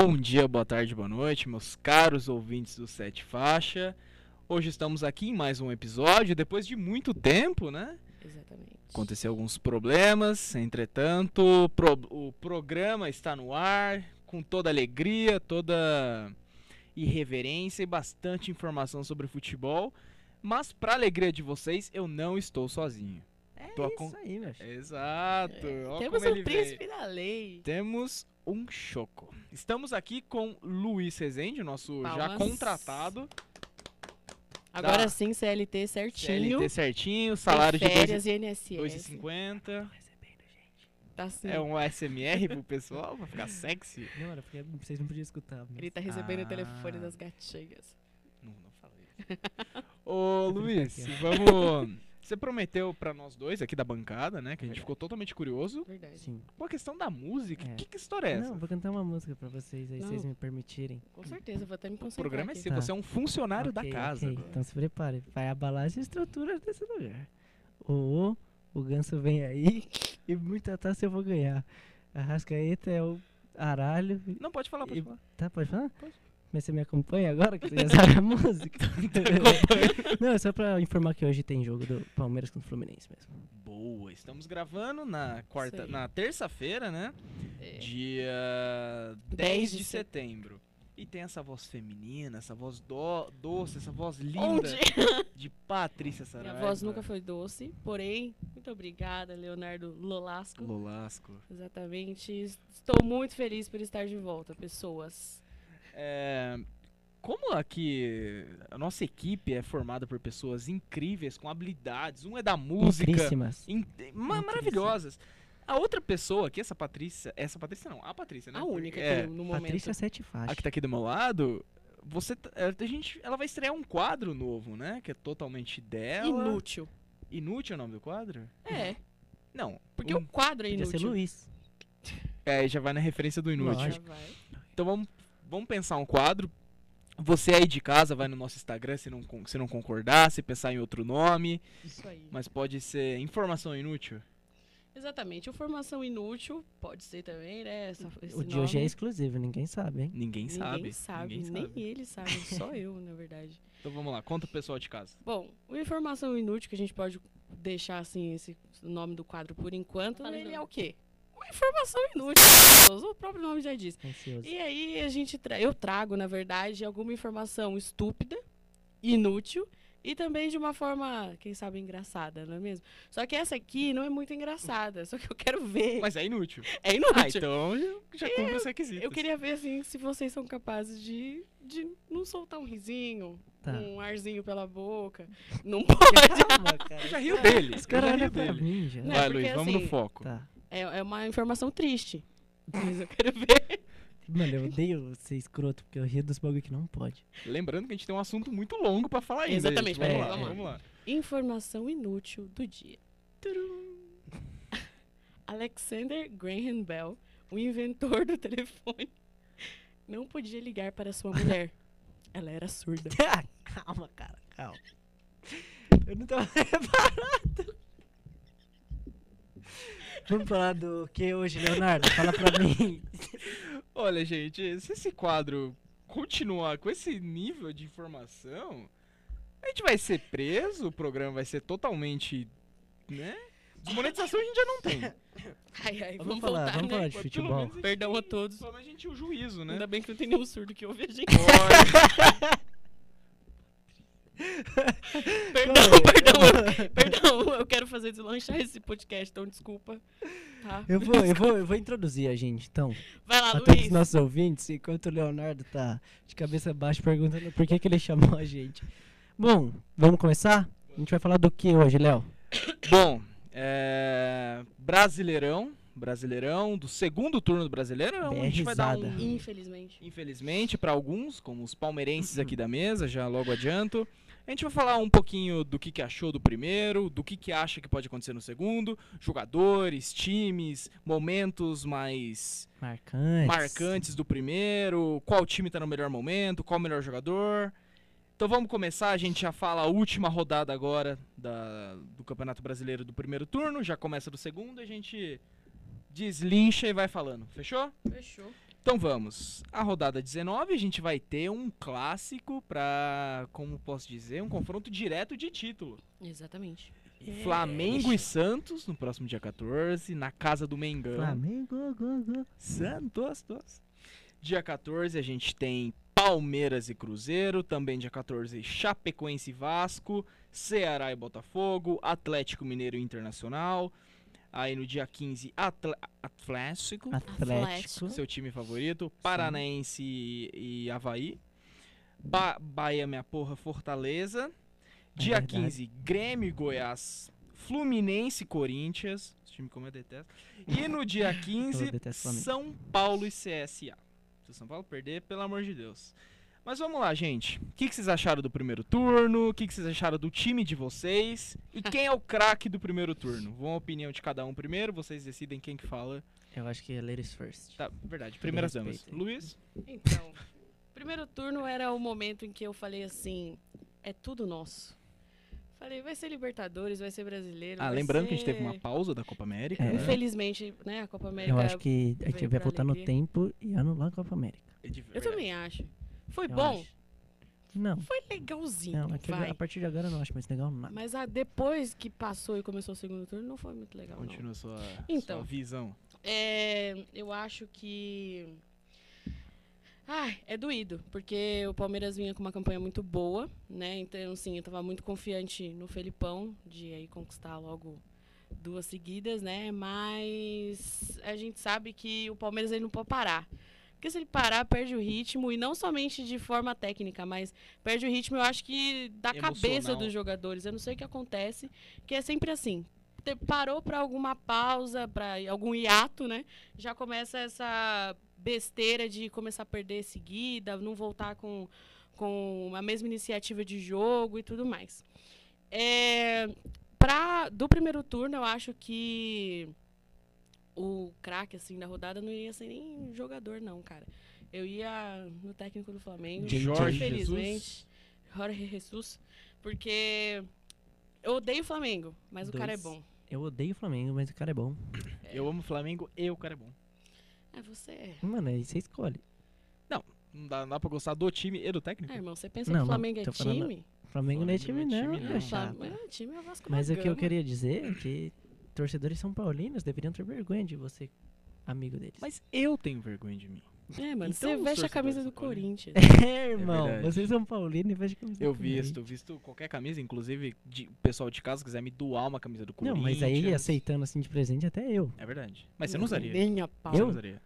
Bom dia, boa tarde, boa noite, meus caros ouvintes do Sete Faixa. Hoje estamos aqui em mais um episódio, depois de muito tempo, né? Exatamente. Aconteceu alguns problemas, entretanto, o programa está no ar, com toda alegria, toda irreverência e bastante informação sobre futebol. Mas, para alegria de vocês, eu não estou sozinho. Isso aí, meu filho. Exato. Ó Temos como um ele príncipe da lei. Temos um choco. Estamos aqui com Luiz Rezende, nosso já Palmas. contratado. Agora Tá. sim, CLT certinho. CLT certinho, salário Tem de férias e INSS. 2,50. Tá assim. É um ASMR pro pessoal, pra ficar sexy. Não, era porque vocês não podiam escutar. Mas... Ele tá recebendo Ah. o telefone das gatinhas. Não fala isso. Ô, Luiz, vamos... Você prometeu pra nós dois aqui da bancada, né? Que a gente ficou totalmente curioso. Verdade. Sim. Com a questão da música, É. que história é essa? Não, vou cantar uma música pra vocês aí, se Não. vocês me permitirem. Com certeza, vou até me O concentrar programa é aqui. seu, Tá. você é um funcionário da Ok, casa. ok. Então se prepare, vai abalar as estruturas desse lugar. O ganso vem aí e muita taça eu vou ganhar. A Rascaeta é o aralho. Não, pode falar, pode E- falar. Tá, pode falar? Pode. Mas você me acompanha agora que você já sabe a música? Não, é só pra informar que hoje tem jogo do Palmeiras contra o Fluminense mesmo. Boa, estamos gravando Isso aí. na terça-feira, né? É. Dia 10 de setembro. E tem essa voz feminina, essa voz doce, essa voz linda Onde? de Patrícia Saraiva. Minha voz nunca foi doce, porém, muito obrigada, Leonardo Lolasco. Lolasco. Exatamente. Estou muito feliz por estar de volta, pessoas. Como aqui a nossa equipe é formada por pessoas incríveis, com habilidades, um é da música, Incríssimas. maravilhosas. A outra pessoa aqui, essa Patrícia não, a Patrícia, né? A única É, aqui no momento. Patrícia Sete Faixas. a que tá aqui do meu lado, ela vai estrear um quadro novo, né? Que é totalmente dela. Inútil. Inútil é o nome do quadro? É, Não. porque o quadro é Podia ser inútil. Luiz. Já vai na referência do inútil. Lógico. Já vai. Então vamos pensar um quadro. Você aí de casa vai no nosse Instagram se não concordar, se pensar em outro nome. Isso aí. Mas pode ser informação inútil. Exatamente. Informação inútil pode ser também, né? Esse O de nome. hoje é exclusivo, ninguém sabe, hein? Ninguém sabe. Ninguém sabe. Ninguém Nem sabe. ele sabe. Só eu, na verdade. Então vamos lá, conta pro pessoal de casa. Bom, o informação inútil que a gente pode deixar assim esse nome do quadro por enquanto, ele é o quê? Uma informação inútil. O próprio nome já diz. Ansioso. E aí eu trago, na verdade, alguma informação estúpida, inútil e também de uma forma, quem sabe, engraçada, não é mesmo? Só que essa aqui não é muito engraçada, só que eu quero ver. Mas é inútil. É inútil. Ah, então já cumpre os requisitos. Eu queria ver, assim, se vocês são capazes de não soltar um risinho, Tá. um arzinho pela boca. Não pode. Calma, cara. Eu já rio dele. Os caras eu já olham rio pra dele. mim já. Não, Vai, porque Luiz, vamos no assim- foco. Tá. É uma informação triste. Mas eu quero ver. Mano, eu odeio ser escroto, porque eu rio dos bagulho que não pode. Lembrando que a gente tem um assunto muito longo pra falar ainda. Exatamente, gente. Vamos é, lá, é. vamos lá. Informação inútil do dia. Alexander Graham Bell, o inventor do telefone, não podia ligar para sua mulher. Ela era surda. Calma, cara, calma. Eu não tava preparado. Vamos falar do que hoje, Leonardo? Fala pra mim. Olha, gente, se esse quadro continuar com esse nível de informação, a gente vai ser preso, o programa vai ser totalmente, né? Desmonetização a gente já não tem. Ai, Vamos falar, voltar, vamos né? falar de Mas futebol. pelo menos Perdão a todos. Pelo menos a gente tinha o juízo, né? Ainda bem que não tem nenhum surdo que ouve a gente. Olha, Perdão, eu quero fazer deslanchar esse podcast, então desculpa. Tá? Eu vou introduzir a gente, então. Vai lá, A todos os Luiz. nossos ouvintes, enquanto o Leonardo tá de cabeça baixa perguntando por que ele chamou a gente. Bom, vamos começar? A gente vai falar do que hoje, Léo? bom, Brasileirão, do segundo turno do Brasileirão, a gente vai dar BRzada. Infelizmente. infelizmente, para alguns, como os palmeirenses aqui da mesa, já logo adianto. A gente vai falar um pouquinho do que achou do primeiro, do que acha que pode acontecer no segundo, jogadores, times, momentos mais marcantes do primeiro, qual time tá no melhor momento, qual o melhor jogador. Então vamos começar, a gente já fala a última rodada agora do Campeonato Brasileiro do primeiro turno, já começa do segundo, a gente deslincha e vai falando, fechou? Fechou. Então vamos. A rodada 19 a gente vai ter um clássico pra, como posso dizer, um confronto direto de título. Exatamente. Flamengo e Santos no próximo dia 14, na casa do Mengão. Flamengo, go. Santos. Dia 14 a gente tem Palmeiras e Cruzeiro, também dia 14 Chapecoense e Vasco, Ceará e Botafogo, Atlético Mineiro e Internacional. Aí no dia 15 Atlético, seu time favorito, Paranaense e Avaí. Bahia, minha porra, Fortaleza. Dia 15, Grêmio e Goiás, Fluminense e Corinthians. Esse time como eu detesto. E no dia 15, São Paulo e CSA. Se o São Paulo perder, pelo amor de Deus. Mas vamos lá, gente. O que vocês acharam do primeiro turno? O que vocês acharam do time de vocês? E quem é o craque do primeiro turno? Vamos a opinião de cada um primeiro, vocês decidem quem que fala. Eu acho que é ladies first. Tá, verdade. Primeiras damas. Luiz? Então, primeiro turno era o momento em que eu falei assim, é tudo nosso. Falei, vai ser Libertadores, vai ser Brasileiro. Lembrando que a gente teve uma pausa da Copa América. É. Né? Infelizmente, né, a Copa América. Eu acho que a gente veio vai pra voltar no alegria. tempo e anular a Copa América. Eu também acho. Foi Eu bom? acho. Não. Foi legalzinho, Não, é que vai. a partir de agora eu não acho mais legal nada. Mas depois que passou e começou o segundo turno, não foi muito legal, não. Continua sua Então. visão. Eu acho que... é doído, porque o Palmeiras vinha com uma campanha muito boa, né? Então, assim, eu tava muito confiante no Felipão de aí conquistar logo 2 seguidas, né? Mas a gente sabe que o Palmeiras ele não pode parar. Porque se ele parar, perde o ritmo, e não somente de forma técnica, mas perde o ritmo, eu acho que da cabeça Emocional. dos jogadores. Eu não sei o que acontece, que é sempre assim. Parou para alguma pausa, para algum hiato, né? Já começa essa besteira de começar a perder seguida, não voltar com a mesma iniciativa de jogo e tudo mais. Do primeiro turno, eu acho que o craque assim, da rodada não ia ser nem jogador, não, cara. Eu ia no técnico do Flamengo, Jorge infelizmente. Jorge Jesus. Porque eu odeio o Flamengo, mas o cara é bom. Eu odeio o Flamengo, mas o cara é bom. Eu amo o Flamengo e o cara é bom. Você. Mano, aí você escolhe. Não dá pra gostar do time e do técnico? Irmão, você pensa Não, que o Flamengo é tô falando- time? Flamengo não é time Flamengo não é não, time, é não. chato. Time é o Vasco Mas da o que eu Gama. queria dizer é que torcedores são paulinos deveriam ter vergonha de você, amigo deles. Mas eu tenho vergonha de mim. Mano, Então, você os veste a camisa torcedores do são paulinos. Corinthians. É, irmão, verdade. vocês são paulinos e vestem camisa Eu do Corinthians. visto qualquer camisa, inclusive o pessoal de casa quiser me doar uma camisa do Não, Corinthians. mas aí aceitando assim de presente até eu. É verdade. Mas você não usaria. Nem a pau. Você Eu? não usaria.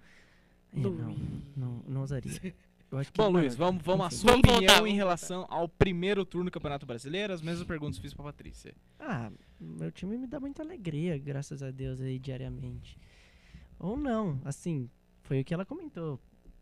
Não usaria. Eu acho que, Bom, mano, Luiz, vamos à enfim. sua Vamos opinião voltar, em vamos relação ao primeiro turno do Campeonato Brasileiro. As mesmas perguntas fiz pra Patrícia. Meu time me dá muita alegria, graças a Deus aí diariamente. Ou não, assim, foi o que ela comentou.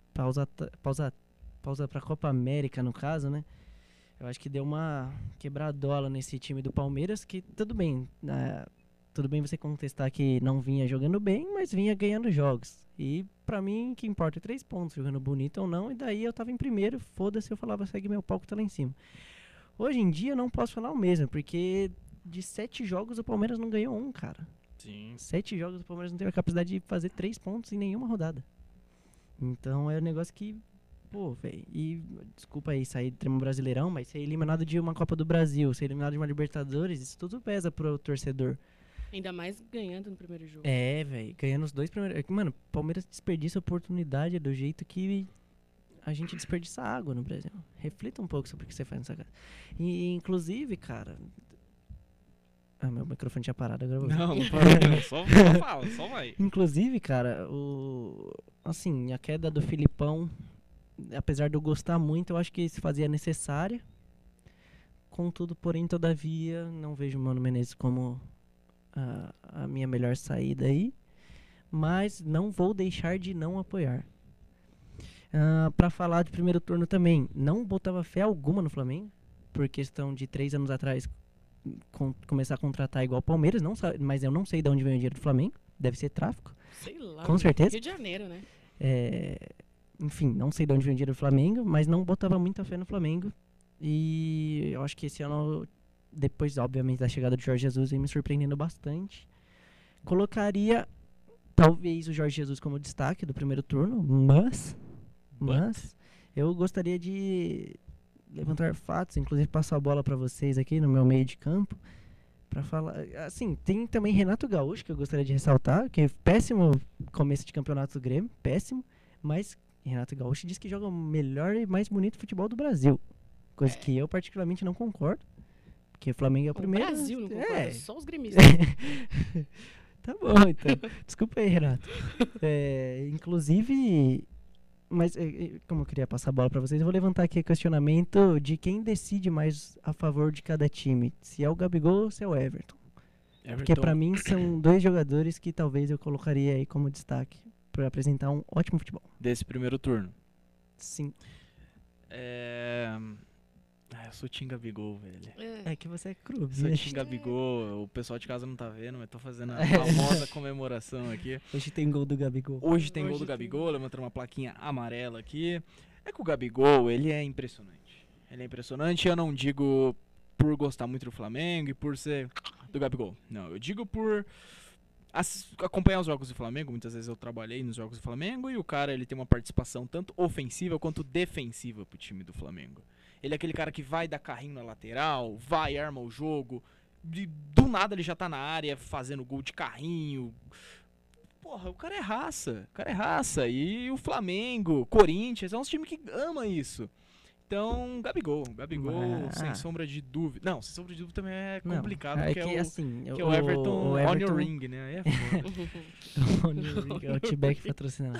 Pausa pra Copa América, no caso, né? Eu acho que deu uma quebradola nesse time do Palmeiras, que tudo bem, tudo bem você contestar que não vinha jogando bem, mas vinha ganhando jogos. E pra mim, o que importa é 3 pontos, jogando bonito ou não, e daí eu tava em primeiro, foda-se, eu falava, segue meu palco, tá lá em cima. Hoje em dia eu não posso falar o mesmo, porque de 7 jogos o Palmeiras não ganhou um, cara. Sim. 7 jogos o Palmeiras não teve a capacidade de fazer 3 pontos em nenhuma rodada. Então é um negócio que, pô, velho, e desculpa aí sair do tremo brasileirão, mas ser eliminado de uma Copa do Brasil, ser eliminado de uma Libertadores, isso tudo pesa pro torcedor. Ainda mais ganhando no primeiro jogo. É, velho, ganhando os 2 primeiros. Mano, Palmeiras desperdiça oportunidade do jeito que a gente desperdiça água no Brasil. Reflita um pouco sobre o que você faz nessa casa. E, inclusive, cara. Meu microfone tinha parado, agora eu vou ver. Não pode, não. Só fala, só vai. Inclusive, cara, assim, a queda do Filipão, apesar de eu gostar muito, eu acho que se fazia necessária. Contudo, porém, todavia, não vejo o Mano Menezes como a minha melhor saída aí. Mas não vou deixar de não apoiar. Pra falar de primeiro turno também, não botava fé alguma no Flamengo, por questão de 3 anos atrás começar a contratar igual o Palmeiras, mas eu não sei de onde vem o dinheiro do Flamengo, deve ser tráfico. Sei lá. Com certeza. Rio de Janeiro, né? Enfim, não sei de onde vem o dinheiro do Flamengo, mas não botava muita fé no Flamengo. E eu acho que esse ano, depois, obviamente, da chegada do Jorge Jesus, vem me surpreendendo bastante. Colocaria talvez o Jorge Jesus como destaque do primeiro turno, mas eu gostaria de levantar fatos, inclusive passar a bola para vocês aqui no meu meio de campo, para falar, assim, tem também Renato Gaúcho, que eu gostaria de ressaltar, que é péssimo começo de campeonato do Grêmio, péssimo, mas Renato Gaúcho diz que joga o melhor e mais bonito futebol do Brasil, coisa que eu particularmente não concordo, porque o Flamengo é o primeiro. O Brasil não concorda, só os gremistas. Tá bom, então. Desculpa aí, Renato. Inclusive, mas como eu queria passar a bola pra vocês, eu vou levantar aqui o questionamento de quem decide mais a favor de cada time. Se é o Gabigol ou se é o Everton. Porque pra mim são dois jogadores que talvez eu colocaria aí como destaque pra apresentar um ótimo futebol. Desse primeiro turno. Sim. Eu sou Tim Gabigol, velho. É que você é cru. Sou Tim Gabigol, o pessoal de casa não tá vendo, mas tô fazendo a famosa comemoração aqui. Hoje tem gol do Gabigol. Hoje tem gol do Gabigol, levantando uma plaquinha amarela aqui. É que o Gabigol, ele é impressionante. Ele é impressionante, eu não digo por gostar muito do Flamengo e por ser do Gabigol. Não, eu digo por acompanhar os jogos do Flamengo. Muitas vezes eu trabalhei nos jogos do Flamengo e o cara, ele tem uma participação tanto ofensiva quanto defensiva pro time do Flamengo. Ele é aquele cara que vai dar carrinho na lateral, vai, arma o jogo, do nada ele já tá na área fazendo gol de carrinho. Porra, o cara é raça, e o Flamengo, Corinthians, é um time que ama isso. Então, Gabigol, sem sombra de dúvida. Não, sem sombra de dúvida também é complicado, porque é o Everton on your ring, né? Aí é foda. On your ring, é o T-Back patrocinado.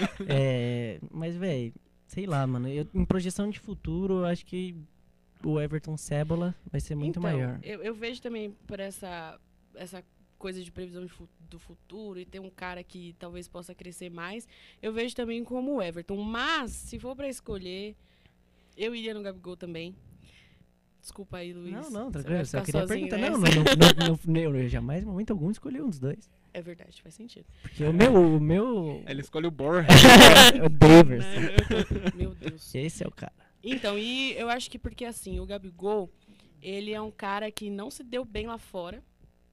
Mas, velho, sei lá, mano, em projeção de futuro, eu acho que o Everton Cebola vai ser muito maior. Eu vejo também por essa coisa de previsão do futuro e ter um cara que talvez possa crescer mais, eu vejo também como o Everton. Mas, se for pra escolher, eu iria no Gabigol também. Desculpa aí, Luiz. Não, tranquilo. Só queria perguntar. Nessa. Eu jamais, em momento algum, escolhi um dos dois. É verdade, faz sentido. Porque o meu... Ele escolhe o Borja. O Davis. Meu Deus. Esse é o cara. Então, e eu acho que porque, assim, o Gabigol, ele é um cara que não se deu bem lá fora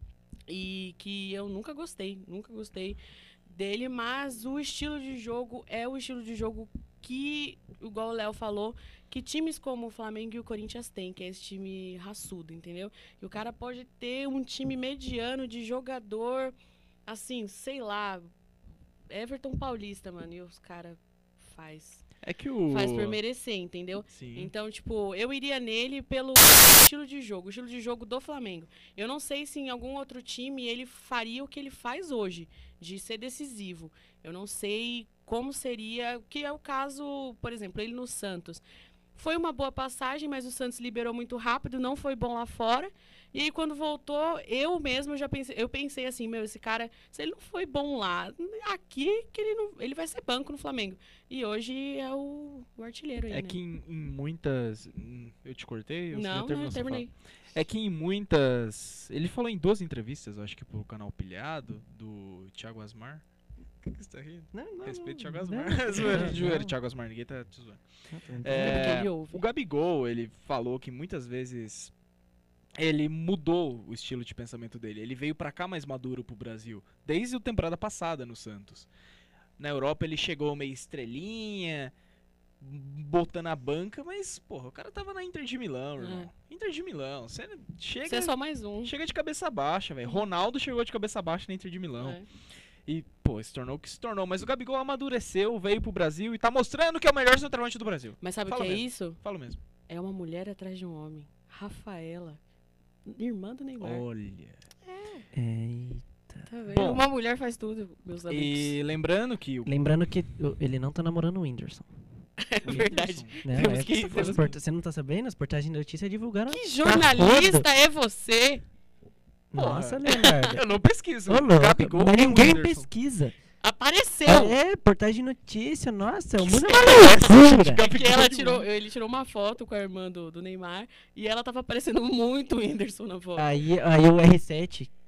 e que eu nunca gostei dele, mas o estilo de jogo é o estilo de jogo que, igual o Léo falou, que times como o Flamengo e o Corinthians têm, que é esse time raçudo, entendeu? E o cara pode ter um time mediano de jogador, assim, sei lá, Everton Paulista, mano, e os caras faz por merecer, entendeu? Sim. Então, tipo, eu iria nele pelo estilo de jogo do Flamengo. Eu não sei se em algum outro time ele faria o que ele faz hoje, de ser decisivo. Eu não sei como seria, que é o caso, por exemplo, ele no Santos. Foi uma boa passagem, mas o Santos liberou muito rápido, não foi bom lá fora. E aí, quando voltou, eu pensei assim, esse cara, se ele não foi bom lá, aqui que ele vai ser banco no Flamengo. E hoje é o artilheiro aí, É que em muitas... Eu te cortei? Não, eu terminei. É que em muitas... Ele falou em 2 entrevistas, eu acho que pro canal Pilhado, do Thiago Asmar. O que você tá rindo? Não. Respeito o Thiago Asmar. Zoeira, Thiago Asmar, ninguém tá te zoando. O Gabigol, ele falou que muitas vezes ele mudou o estilo de pensamento dele. Ele veio pra cá mais maduro pro Brasil, desde a temporada passada no Santos. Na Europa ele chegou meio estrelinha, botando a banca, mas, porra, o cara tava na Inter de Milão, irmão. Inter de Milão, você chega... Você é só mais um. Chega de cabeça baixa, velho. Ronaldo chegou de cabeça baixa na Inter de Milão. E, pô, se tornou o que se tornou. Mas o Gabigol amadureceu, veio pro Brasil e tá mostrando que é o melhor centroavante do Brasil. Mas sabe o que é isso? Falo mesmo. É uma mulher atrás de um homem. Rafaela, irmã do Neymar. Olha. Eita. Tá vendo? Bom, uma mulher faz tudo, meus amigos. E lembrando que... Lembrando que ele não tá namorando o Whindersson. É verdade. Né? Você não tá sabendo? As portagens de notícia divulgaram. Que jornalista é você? Nossa, Leonardo. Eu não pesquiso. Gabigol, mas ninguém pesquisa. Apareceu! Portagem de notícia, nossa, o mundo é uma loucura. Ele tirou uma foto com a irmã do Neymar e ela tava parecendo muito o Whindersson na foto. Aí o R7,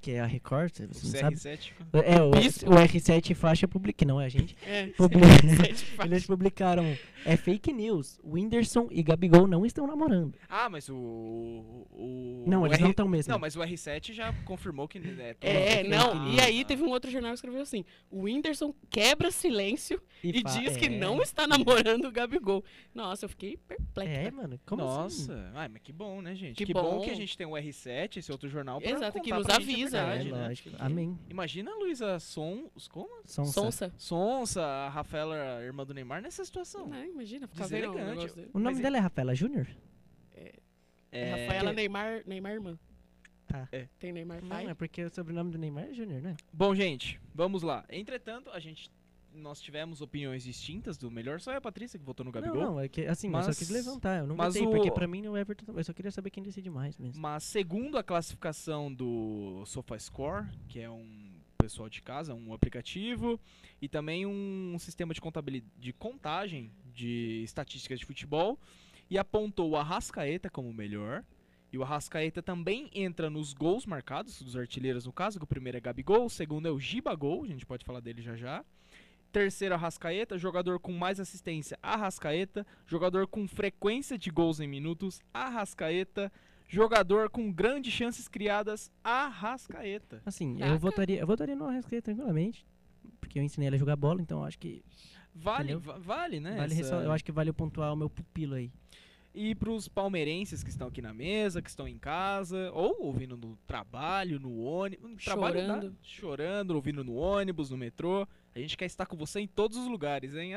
que é a Record, O você não sabe. CR7. O R7 faixa publica, não é a gente. É, Eles publicaram, é fake news, o Whindersson e Gabigol não estão namorando. Ah, mas Não, o eles não estão mesmo. Não, mas o R7 já confirmou que é todo É, fake não, news. e aí teve um outro jornal que escreveu assim, o Whindersson quebra silêncio e diz que não está namorando o Gabigol. Nossa, eu fiquei perplexa. É, mano, como assim? Nossa, ai, mas que bom, né, gente? Que Que bom bom. que a gente tem o R7, esse outro jornal, pra Exato, que contar nos pra gente a avisa, verdade, É, né? lógico. Amém. Imagina a Luísa como? Sonsa. Sonsa, a Rafaela, a irmã do Neymar, nessa situação. Não, imagina, ficar vendo um Deselegante. negócio dele. O nome Mas dela é Rafaela Júnior? Rafaela Neymar irmã. Tá. Tem Neymar Não, pai? é porque o sobrenome do Neymar é Júnior, né? Bom, gente, vamos lá. Entretanto, nós tivemos opiniões distintas do melhor. Só é a Patrícia que votou no Gabigol. Não, é que assim, eu Mas- só quis levantar, eu não mas votei, o- porque pra mim o Everton, eu só queria saber quem decide mais mesmo. Mas segundo a classificação do SofaScore, que é um pessoal de casa, um aplicativo, e também um sistema de contagem de estatísticas de futebol, e apontou o Arrascaeta como o melhor. E o Arrascaeta também entra nos gols marcados, dos artilheiros no caso, que o primeiro é Gabigol, o segundo é o Gibagol, a gente pode falar dele já já. Terceiro, Arrascaeta, jogador com mais assistência, Arrascaeta, jogador com frequência de gols em minutos, Arrascaeta, jogador com grandes chances criadas, Arrascaeta. Assim, Caraca. eu votaria no Arrascaeta tranquilamente, porque eu ensinei ele a jogar bola, então eu acho que Vale, Entendeu? vale, né? vale essa- eu acho que vale pontuar o meu pupilo aí. E pros palmeirenses que estão aqui na mesa, que estão em casa, ou ouvindo no trabalho, no ônibus, no trabalho, Chorando. chorando, ouvindo no ônibus, no metrô. A gente quer estar com você em todos os lugares, hein?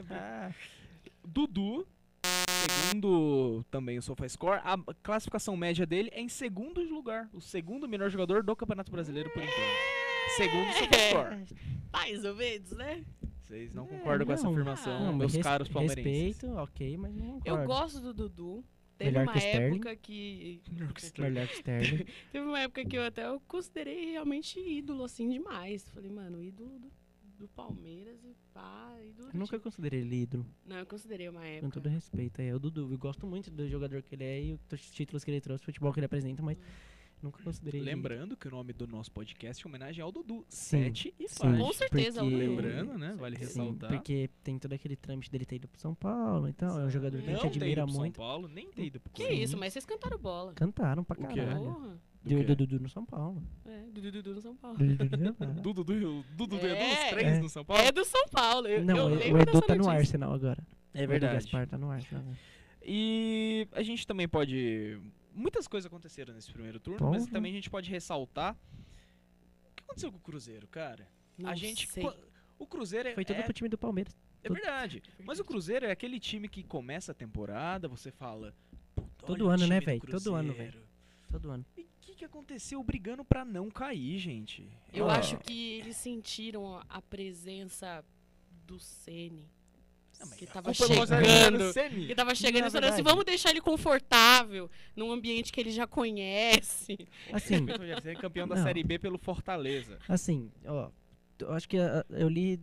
Dudu, segundo também o SofaScore, a classificação média dele é em segundo lugar. O segundo melhor jogador do Campeonato Brasileiro por enquanto. Segundo o SofaScore. Mais ou menos, né? Vocês não concordam com essa não. afirmação, Não, meus caros palmeirenses? Respeito, ok, mas não concordo. Eu gosto do Dudu. Teve Melhor uma que o Sterling? época que. Melhor que Sterling. Teve uma época que eu considerei realmente ídolo, assim, demais. Falei, mano, ídolo do Palmeiras e pá, ídolo Eu do nunca time. considerei ele ídolo, Não, eu considerei uma com época. todo respeito. É o Dudu, eu gosto muito do jogador que ele é e os títulos que ele trouxe, o futebol que ele apresenta, mas nunca considerei ele. Lembrando que o nome do nosso podcast é homenagem ao Dudu. Sim, 7 e sim. faixa. Com certeza, porque- o Dudu. Lembrando, né? Vale Sim, ressaltar. porque tem todo aquele trâmite dele ter ido pro São Paulo e tal, é um jogador que a gente Não ter admira ido pro muito. São Paulo, nem ter ido pro Que Corinthians. isso, mas vocês cantaram bola. Cantaram pra O quê? caralho. Porra. Do quê? Do Dudu no São Paulo. É, Dudu no São Paulo. Dudu do Edu, É. os três É. no São Paulo. É do São Paulo. Eu Não, lembro o Edu dessa tá no notícia. Arsenal agora. É O Edu verdade. Gaspar tá no Arsenal. Né? E a gente também pode... Muitas coisas aconteceram nesse primeiro turno, mas Porra. também a gente pode ressaltar... O que aconteceu com o Cruzeiro, cara? Não a gente... sei. O Cruzeiro Foi tudo pro time do Palmeiras. É verdade. Mas o Cruzeiro é aquele time que começa a temporada, você fala... "Puta, Todo olha o ano, né, time do velho? Todo ano, Cruzeiro." Todo ano. E o que aconteceu brigando pra não cair, gente? Eu Ah. acho que eles sentiram a presença do Ceni. Não, mas Que a tava culpa do Rogério chegando. era o Ceni. Que tava chegando Na e falando assim, verdade- vamos deixar ele confortável, num ambiente que ele já conhece. Assim, Respeito ao Rogério Ceni, campeão da Não. Série B pelo Fortaleza. assim, ó. Eu acho que eu li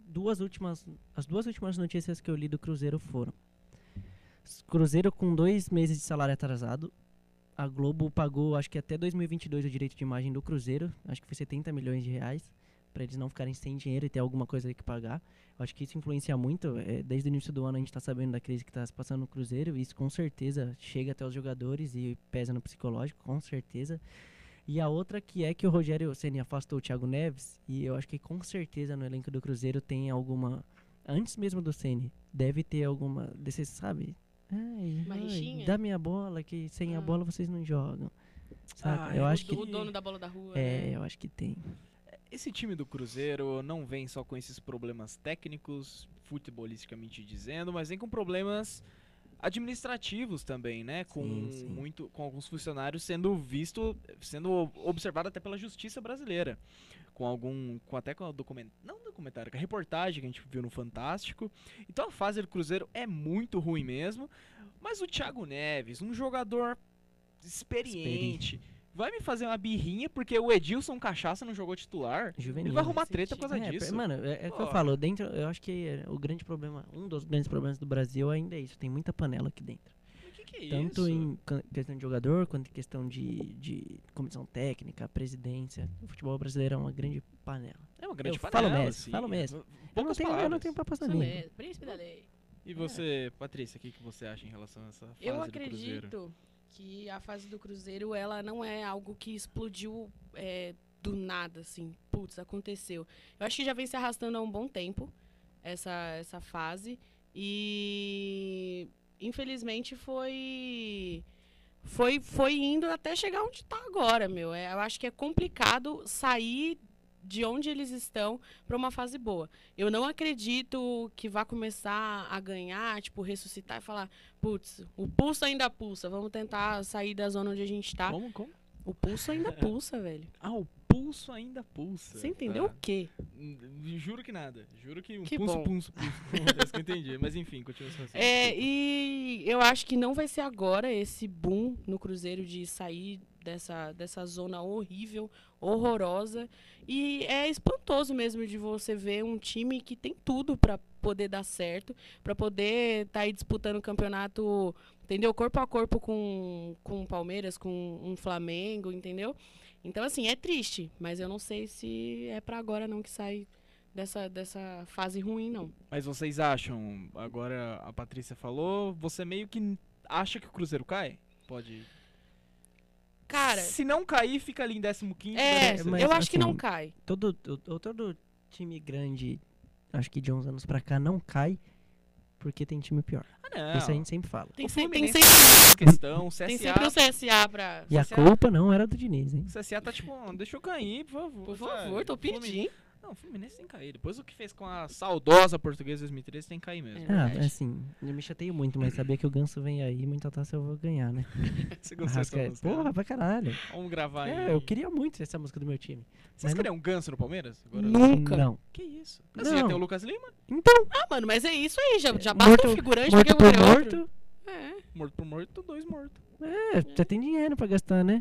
as duas últimas notícias que eu li do Cruzeiro foram. Cruzeiro com 2 meses de salário atrasado. A Globo pagou, acho que até 2022, o direito de imagem do Cruzeiro. Acho que foi 70 milhões de reais. Pra eles não ficarem sem dinheiro e ter alguma coisa aí que pagar. Eu acho que isso influencia muito. Desde o início do ano a gente tá sabendo da crise que tá se passando no Cruzeiro. E isso com certeza chega até os jogadores e pesa no psicológico, com certeza. E a outra que é que o Rogério Ceni afastou o Thiago Neves. E eu acho que com certeza no elenco do Cruzeiro tem alguma... Antes mesmo do Ceni, deve ter alguma desses, sabe? Uma rixinha? Dá minha bola, que sem a Ah. bola vocês não jogam. Saca? Ah, eu eu acho que... O dono da bola da rua. É, né? eu acho que tem. Esse time do Cruzeiro não vem só com esses problemas técnicos, futebolisticamente dizendo, mas vem com problemas administrativos também, né? Com Sim. com alguns funcionários sendo observado até pela justiça brasileira. Até com o documentário, com a reportagem que a gente viu no Fantástico. Então a fase do Cruzeiro é muito ruim mesmo, mas o Thiago Neves, um jogador experiente. Vai me fazer uma birrinha porque o Edilson Cachaça não jogou titular? Juvenil. Ele vai arrumar Nesse treta por causa sentido. disso. Mano, é o que eu Pô. falo, eu acho que o grande problema, um dos grandes problemas do Brasil ainda é isso, tem muita panela aqui dentro. O que Que Tanto isso? em questão de jogador, quanto em questão de comissão técnica, presidência. O futebol brasileiro é uma grande panela. É uma grande Eu panela, falo mesmo, assim, falo mesmo. Poucas eu não palavras. tenho papo Isso na língua. mesmo, príncipe da lei. E você, Patrícia, o que você acha em relação a essa fase Eu do Cruzeiro? acredito que a fase do Cruzeiro, ela não é algo que explodiu do nada, assim. Putz, aconteceu. Eu acho que já vem se arrastando há um bom tempo essa fase. E infelizmente foi indo até chegar onde tá agora, meu. Eu acho que é complicado sair de onde eles estão para uma fase boa. Eu não acredito que vá começar a ganhar, tipo, ressuscitar e falar, putz, o pulso ainda pulsa, vamos tentar sair da zona onde a gente tá. Como? O pulso ainda pulsa, velho. Ah, o pulso ainda pulsa. Você entendeu o quê? Juro que nada. Juro que um Que pulso, bom. pulso. É isso que eu entendi. Mas enfim, continua sendo assim. E eu acho que não vai ser agora esse boom no Cruzeiro de sair dessa zona horrível, horrorosa. E é espantoso mesmo de você ver um time que tem tudo para poder dar certo, para poder estar aí disputando o campeonato, entendeu? Corpo a corpo com o Palmeiras, com um Flamengo, entendeu? Então, assim, é triste, mas eu não sei se é para agora não que sai dessa fase ruim, não. Mas vocês acham, agora a Patrícia falou, você meio que acha que o Cruzeiro cai? Pode. Cara, Se não cair, fica ali em 15º. mas, eu acho que não assim, cai. Todo time grande, acho que de uns anos pra cá, não cai porque tem time pior. Ah, não. Isso a gente sempre fala. Tem O sempre Fluminense questão, o CSA. tem sempre o CSA pra... E a CSA culpa não era do Diniz, hein? O CSA tá tipo, deixa eu cair, por favor. Por sabe? favor, tô pedindo. Não, o Fluminense tem que cair. Depois o que fez com a saudosa Portuguesa 2013 tem que cair mesmo. É. Ah, verdade. assim, eu me chateio muito, mas sabia que o Ganso vem aí, muita taça eu vou ganhar, né? Você gostou dessa Arrascaeta. música? Porra, pra caralho. Vamos gravar É, aí. eu queria muito essa música do meu time. Vocês mas queriam um ganso no Palmeiras? Agora? Nunca. Não. Que isso? Você já Não. tem o Lucas Lima? Então, Ah, mano, mas é isso aí. Já basta um figurante, morto porque eu vou por ter outro. morto, É. Morto por morto, 2 mortos. já tem dinheiro pra gastar, né?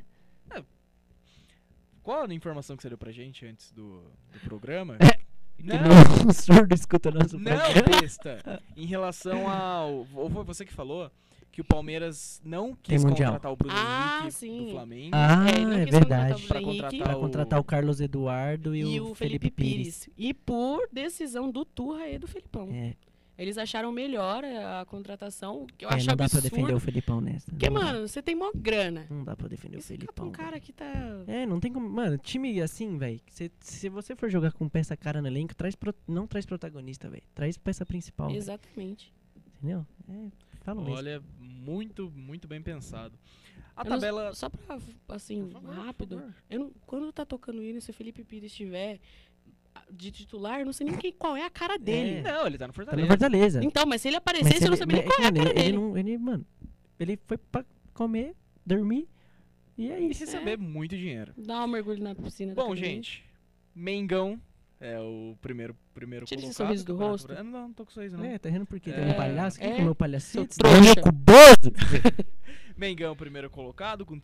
Qual a informação que você deu pra gente antes do programa? Que Não, não, o surdo escuta nosso não, programa. besta. Em relação ao... Ou foi você que falou que o Palmeiras não Tem quis mundial. contratar o Bruno Ah, Henrique sim. do Flamengo. Ah, ele não é quis contratar o verdade. Bruno Pra Henrique contratar Pra contratar o Carlos Eduardo e o Felipe Pires. E por decisão do Turra e do Felipão. É, Eles acharam melhor a contratação, o que eu acho não dá pra absurdo. defender o Felipão nessa. Porque, não dá. mano, você tem mó grana. Não dá pra defender E o você fica Felipão. com um cara que tá... É, não tem como. Mano, time assim, velho. Se você for jogar com peça cara no elenco, não traz protagonista, velho. Traz peça principal. véio, Exatamente. entendeu? É, falo mesmo. Olha, muito, muito bem pensado. A Eu não- tabela... Só pra, assim, Por favor, rápido. por favor. Quando tá tocando hino, se o Felipe Pires estiver de titular, eu não sei nem qual é a cara dele. É. Não, ele tá no Tá no Fortaleza. Fortaleza. Então, mas se ele Mas aparecesse, eu não sabia nem qual é a mano, cara dele. ele foi pra comer, dormir. E é E isso. receber muito dinheiro. Dá um mergulho na piscina da Bom, academia. gente, Mengão é o primeiro Tira esse colocado. sorriso do Campeonato rosto. Brasileiro. Não tô com sorriso, não. É, tá rindo por quê? Tem É, um palhaço? Quem é, comeu o palhacito? seu trouxa. Danico Bozo! Mengão, primeiro colocado, com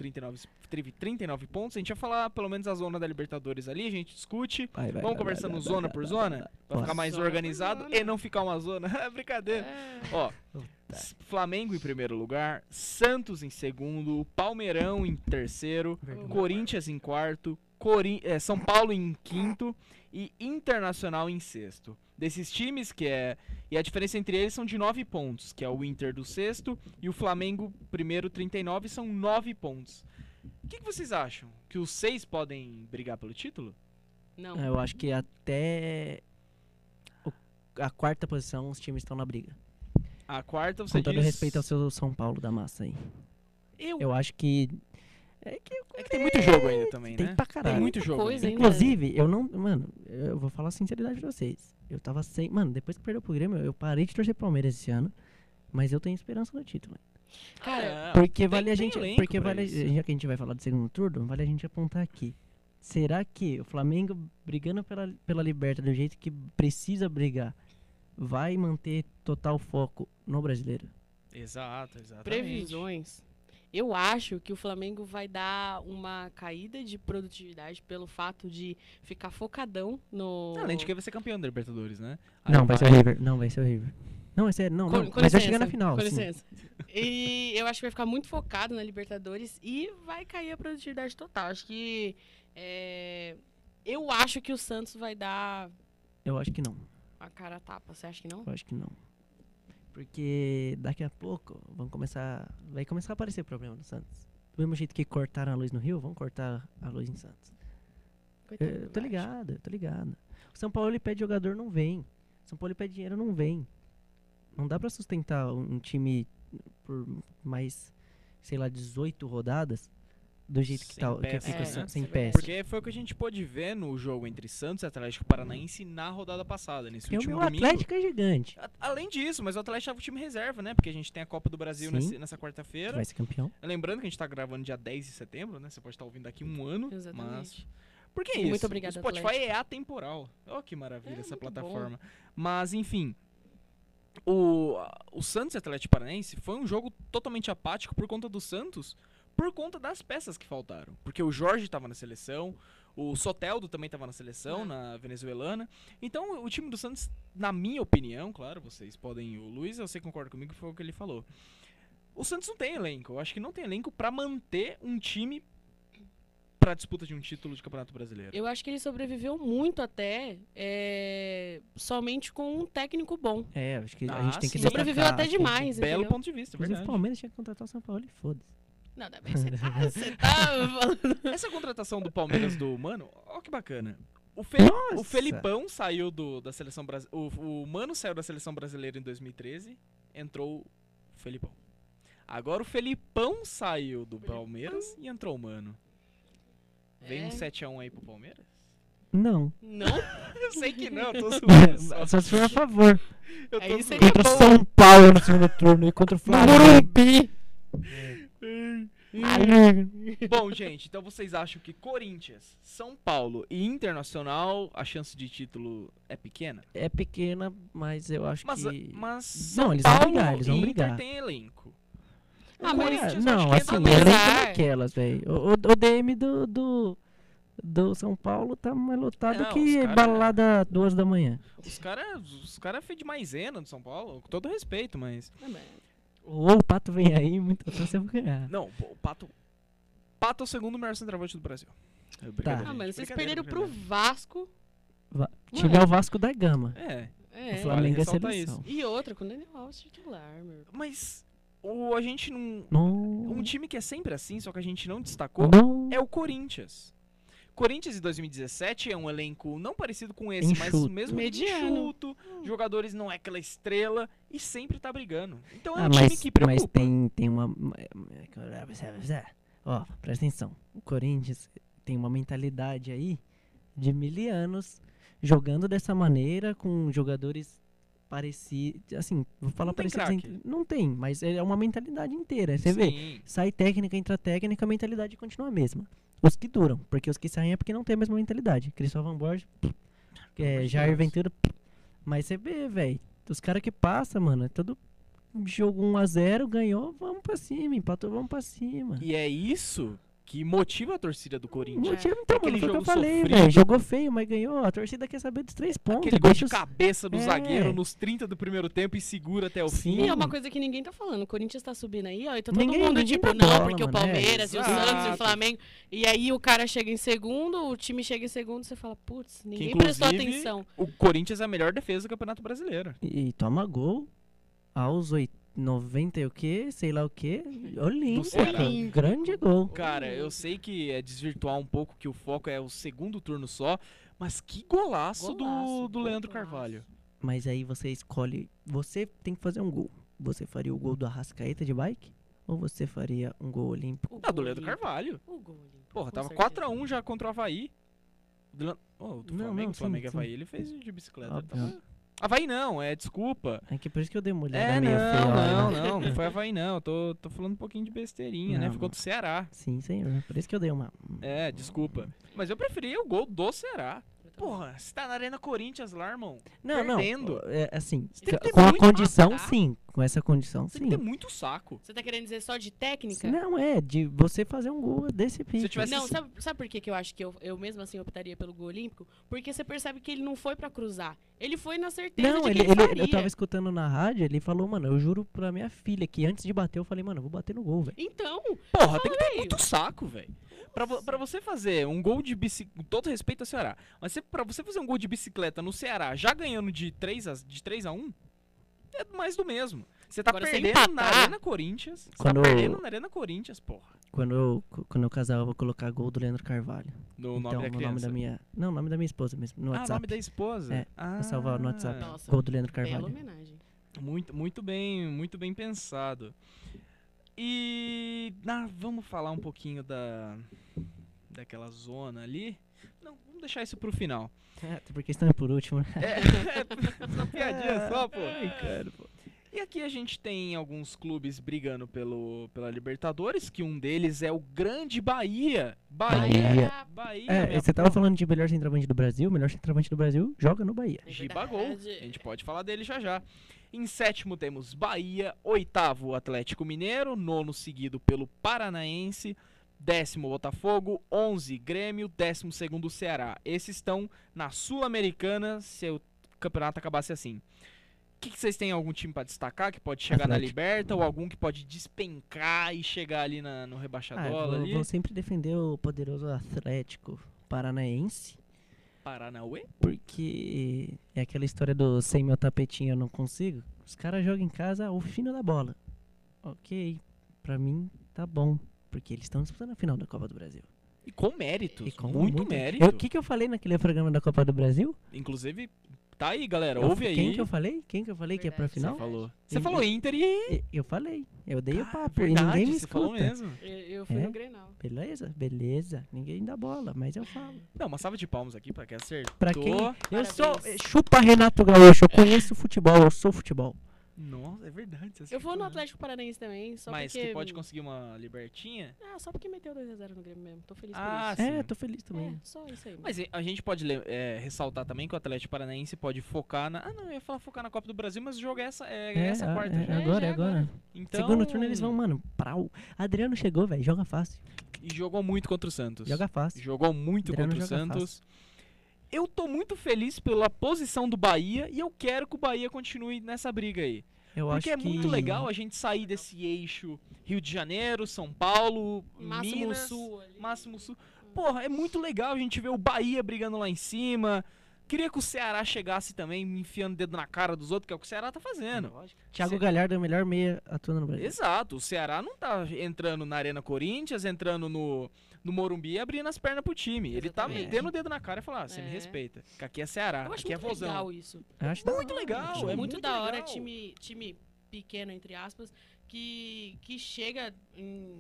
39 pontos. A gente vai falar pelo menos a zona da Libertadores ali, a gente discute. Vamos conversando zona por zona, pra ficar mais Zona por organizado zona. e não ficar uma zona. É brincadeira. É. Ó, Flamengo em primeiro lugar, Santos em segundo, Palmeirão em terceiro, Verdade. Corinthians em quarto, São Paulo em quinto e Internacional em sexto. Desses times e a diferença entre eles são de 9 pontos, que é o Inter do sexto e o Flamengo primeiro 39, são 9 pontos. O que vocês acham? Que os 6 podem brigar pelo título? Não. Eu acho que até a quarta posição os times estão na briga. A quarta você Com todo diz... respeito ao seu São Paulo da massa aí. Eu... Eu acho que. É que É que tem muito jogo ainda também, tem né? pra caralho. Tem muito Muita jogo coisa ainda. ainda. Inclusive, eu não. Mano, eu vou falar a sinceridade pra vocês. Eu tava sem. Mano, depois que perdeu pro Grêmio, eu parei de torcer pro Palmeiras esse ano. Mas eu tenho esperança no título. Cara, Ah, Porque tem- vale a tem gente. elenco Porque pra vale. isso. Já que a gente vai falar do segundo turno, vale a gente apontar aqui. Será que o Flamengo brigando pela Liberta do jeito que precisa brigar vai manter total foco no brasileiro? Exato, exatamente. previsões. Eu acho que o Flamengo vai dar uma caída de produtividade pelo fato de ficar focadão no... Além de que vai ser campeão da Libertadores, né? Não, vai ser o River. Não, vai ser o River. Não, é sério, não, Com mas vai licença, chegar na final. Com sim. licença. E eu acho que vai ficar muito focado na Libertadores e vai cair a produtividade total. Acho que. Eu acho que o Santos vai dar Eu acho que não. a cara a tapa. Você acha que não? Eu acho que não. Porque daqui a pouco vai começar a aparecer problema no Santos. Do mesmo jeito que cortaram a luz no Rio, vão cortar a luz em Santos. Coitado Eu do tô Vasco. ligado, eu tô ligado. O São Paulo ele pede jogador, não vem. O São Paulo ele pede dinheiro, não vem. Não dá pra sustentar um time por mais, sei lá, 18 rodadas do jeito que Sem tá, que peça, fica né? sem Sem peça. Porque foi o que a gente pôde ver no jogo entre Santos e Atlético Paranaense na rodada passada, nesse Porque o último meu domingo. Atlético é gigante. Além disso, mas o Atlético tava o time reserva, né? Porque a gente tem a Copa do Brasil Sim. nessa Que quarta-feira. vai ser campeão. Lembrando que a gente tá gravando dia 10 de setembro, né? Você pode estar ouvindo daqui um ano. Mas. Exatamente. Por que Muito isso? obrigada, O Spotify Atlético. é atemporal. Olha que maravilha É, essa muito plataforma. Mas, enfim. O Santos e Atlético Paranaense foi um jogo totalmente apático por conta do Santos, por conta das peças que faltaram. Porque o Jorge estava na seleção, o Soteldo também estava na seleção, na venezuelana. Então, o time do Santos, na minha opinião, claro, vocês podem... O Luiz, eu sei que concorda comigo, foi o que ele falou. O Santos não tem elenco. Eu acho que não tem elenco pra manter um time pra disputa de um título de Campeonato Brasileiro. Eu acho que ele sobreviveu muito até somente com um técnico bom. É, acho que a Ah, gente tem que sim. Sobreviveu destacar, até acho que demais, Belo entendeu? ponto de vista, Inclusive o verdade. Palmeiras tinha que contratar o São Paulo e foda-se. Não, ainda bem que você tá falando. Essa contratação do Palmeiras do Mano, ó que bacana. O Nossa! Felipão saiu da seleção brasileira. O Mano saiu da seleção brasileira em 2013, entrou o Felipão. Agora o Felipão saiu do Palmeiras e entrou o Mano. Vem um 7x1 aí pro Palmeiras? Não. Não? Eu sei que não, tô zoando. Só se for a favor. Eu tô Aí zoando. seria Contra o bom. São Paulo no segundo turno e contra o Flamengo. Bom, gente, então vocês acham que Corinthians, São Paulo e Internacional, a chance de título é pequena? É pequena, mas eu acho Mas que... São Não, eles vão Paulo brigar, eles vão e Inter brigar. tem elenco. Ah, mas Corinthians, não, acho que assim, entra elenco apesar- daquelas, velho. O DM do São Paulo tá mais lotado Não, que os cara- balada 2 da manhã. Os caras fez de maisena do São Paulo, com todo respeito, mas... Ou o Pato vem aí, muita chance eu vou ganhar. Não, pô, o Pato é o segundo melhor centroavante do Brasil. É brincadeira, Ah, gente, mano, vocês brincadeira, perderam pro brincadeira. Vasco. Time é o Vasco da Gama. É, É. O Flamengo é ressaltar seleção. E outra, com o Daniel Alves titular, meu. mas a gente não... Não. Um time que é sempre assim, só que a gente não destacou, Não. é o Corinthians. Corinthians em 2017 é um elenco não parecido com esse, mas Enxuto. mesmo Mediano. enxuto, jogadores não é aquela estrela e sempre tá brigando. Então é Ah, um time mas, que mas preocupa. tem uma... Ó, presta atenção. O Corinthians tem uma mentalidade aí de milianos jogando dessa maneira com jogadores parecidos. Assim, vou falar Não tem parecidos. craque. Não tem, mas é uma mentalidade inteira. Você vê, Sim. sai técnica, entra técnica, a mentalidade continua a mesma. Os que duram, porque os que saem é porque não tem a mesma mentalidade. Cristóvão Borges, amor de Jair Deus. Ventura, mas você vê, velho, os caras que passam, mano, é todo jogo 1-0, ganhou, vamos pra cima, empatou, vamos pra cima. E é isso que motiva a torcida do Corinthians. Não tinha, então, Aquele mano, foi o que eu jogo falei, sofrido. velho. Jogou feio, mas ganhou. A torcida quer saber dos 3 pontos. Aquele gol deixa de os- cabeça do É. zagueiro nos 30 do primeiro tempo e segura até o Sim. fim. E é uma coisa que ninguém tá falando. O Corinthians tá subindo aí, ó. E tá todo Ninguém- mundo ninguém tipo, dá não, bola, porque o mano, é. Palmeiras e o Exato. Santos e o Flamengo. E aí o cara chega em segundo, o time chega em segundo, você fala, putz, ninguém inclusive, prestou atenção. O Corinthians é a melhor defesa do Campeonato Brasileiro. E toma gol aos 90 e o que, sei lá o que, olímpico. Ceará. Grande gol. Cara, eu sei que é desvirtuar um pouco, que o foco é o segundo turno só, mas que golaço, do Leandro golaço. Carvalho. Mas aí você escolhe, você tem que fazer um gol. Você faria o gol do Arrascaeta de bike? Ou você faria um gol olímpico? O Ah, do gol Leandro olímpico. Carvalho. O gol olímpico, Porra, com tava certeza. 4x1 já contra o Havaí. O do Não, Flamengo, não, Flamengo e sim, Havaí, ele fez de bicicleta. Óbvio. Tava... Havaí não, desculpa. É que por isso que eu dei uma olhada É, meio feia. não foi Havaí não. Tô falando um pouquinho de besteirinha, né? Não, Ficou não. do Ceará. Sim, senhor. Por isso que eu dei uma... É, desculpa. Mas eu preferia o gol do Ceará. Eu também. Porra, você tá na Arena Corinthians lá, irmão. Não, Perdendo. não. É, assim, Você tem que ter com a muito condição, mapa, tá? sim. Com essa condição, Você sim. tem que ter muito saco. Você tá querendo dizer só de técnica? Não, é de você fazer um gol desse pique. Se eu tivesse- Não, sabe por que que eu acho que eu mesmo assim optaria pelo gol olímpico? Porque você percebe que ele não foi pra cruzar. Ele foi na certeza Não, de que ele eu faria. tava escutando na rádio, ele falou, mano, eu juro pra minha filha que antes de bater, eu falei, mano, eu vou bater no gol, velho. Então, Porra, tem que ter velho. muito saco, velho. Pra você fazer um gol de bicicleta, com todo respeito ao Ceará, mas pra você fazer um gol de bicicleta no Ceará, já ganhando de 3-1, é mais do mesmo. Você tá Agora, se perdendo na empatar- Arena Corinthians. Você Quando- tá perdendo na Arena Corinthians, porra. Quando eu casar, eu vou colocar gol do Leandro Carvalho. No então, nome da no criança. nome da minha... Não, o nome da minha esposa mesmo, no Ah, o WhatsApp. nome da esposa? É, ah, salvar no WhatsApp. Nossa, Gol do Leandro bela Carvalho. homenagem. Muito bem pensado. E vamos falar um pouquinho daquela zona ali. Não, vamos deixar isso pro final. É, até porque estão por último, né? Essa piadinha só, pô. Ai, cara, pô. E aqui a gente tem alguns clubes brigando pela Libertadores, que um deles é o Grande Bahia. Bahia. Bahia, É, minha você tava porra. falando de melhor centroavante do Brasil, o melhor centroavante do Brasil joga no Bahia. É Gibagol. verdade. A gente pode falar dele já já. Em sétimo temos Bahia, oitavo Atlético Mineiro, nono seguido pelo Paranaense, 10º Botafogo, 11 Grêmio, 12º Ceará. Esses estão na Sul-Americana, se o campeonato acabasse assim. O que vocês têm algum time pra destacar que pode chegar na Atlético. Liberta ou algum que pode despencar e chegar ali no rebaixador eu ali? vou sempre defender o poderoso Atlético Paranaense, Paranauê? porque é aquela história do sem meu tapetinho eu não consigo. Os caras jogam em casa o fino da bola. Ok, pra mim tá bom, porque eles estão disputando a final da Copa do Brasil. E com méritos, E com muito mérito. O que eu falei naquele programa da Copa do Brasil? Inclusive, tá aí, galera, ouve aí. Quem que eu falei? Quem que eu falei que é pra Verdade, final? Você falou. E- Você falou Inter e... Eu falei, eu dei o papo verdade, e ninguém me você falou escuta. mesmo. Eu fui É? no Grenal. Beleza, ninguém dá bola, mas eu falo. Não, uma salva de palmas aqui pra quem acertou. Pra quem? Eu Parabéns. sou. Chupa Renato Gaúcho, eu conheço futebol, eu sou futebol. Nossa, é verdade. Você Eu vou no acertou, né? Atlético Paranaense também, só Mas porque... tu pode conseguir uma libertinha? Ah, só porque meteu 2-0 no Grêmio mesmo. Tô feliz Ah, por isso. sim. É, tô feliz também. É, só isso aí. Mas a gente pode ressaltar também que o Atlético Paranaense pode focar na... Ah, não, eu ia falar focar na Copa do Brasil, mas o jogo é essa quarta já. Agora, já é agora. Então, Segundo turno eles vão, mano, prau. Adriano chegou, velho, joga fácil. E jogou muito contra o Santos. Joga fácil. Jogou muito Adriano contra o joga Santos. Eu tô muito feliz pela posição do Bahia e eu quero que o Bahia continue nessa briga aí. Eu Porque é acho que muito legal a gente sair desse eixo Rio de Janeiro, São Paulo, Máximo Minas, Sul ali. Máximo Sul. Porra, é muito legal a gente ver o Bahia brigando lá em cima. Queria que o Ceará chegasse também enfiando o dedo na cara dos outros, que é o que o Ceará tá fazendo. Thiago Galhardo é o melhor meia atuando no Brasil. Exato, o Ceará não tá entrando na Arena Corinthians, entrando no Morumbi e abrindo as pernas pro time. Ele tá Exatamente. metendo o dedo na cara e falando, você me É. respeita, que aqui é Ceará, Eu acho aqui é muito Vozão. legal isso. Eu acho da Muito hora, legal, acho é muito muito da hora legal. time pequeno, entre aspas, que chega em...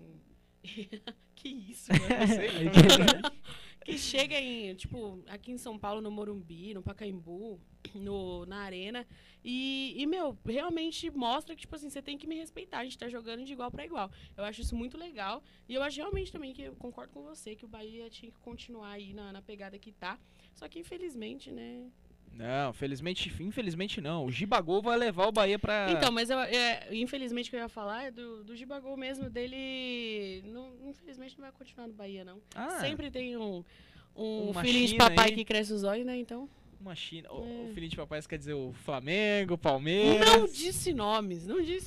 que isso, mano? Sei, Que chega em, tipo, aqui em São Paulo, no Morumbi, no Pacaembu, na Arena, e, meu, realmente mostra que, tipo assim, você tem que me respeitar, a gente tá jogando de igual pra igual. Eu acho isso muito legal, e eu acho realmente também que eu concordo com você, que o Bahia tinha que continuar aí na pegada que tá, só que infelizmente, né... Não, infelizmente não. O Gibagol vai levar o Bahia pra... Então, mas infelizmente o que eu ia falar é do Gibagol mesmo, dele, infelizmente não vai continuar no Bahia, não. Ah, Sempre tem um Uma filhinho de China papai aí. que cresce os olhos, né, então... uma China. É. O filhinho de papai, isso quer dizer o Flamengo, o Palmeiras. Não disse nomes.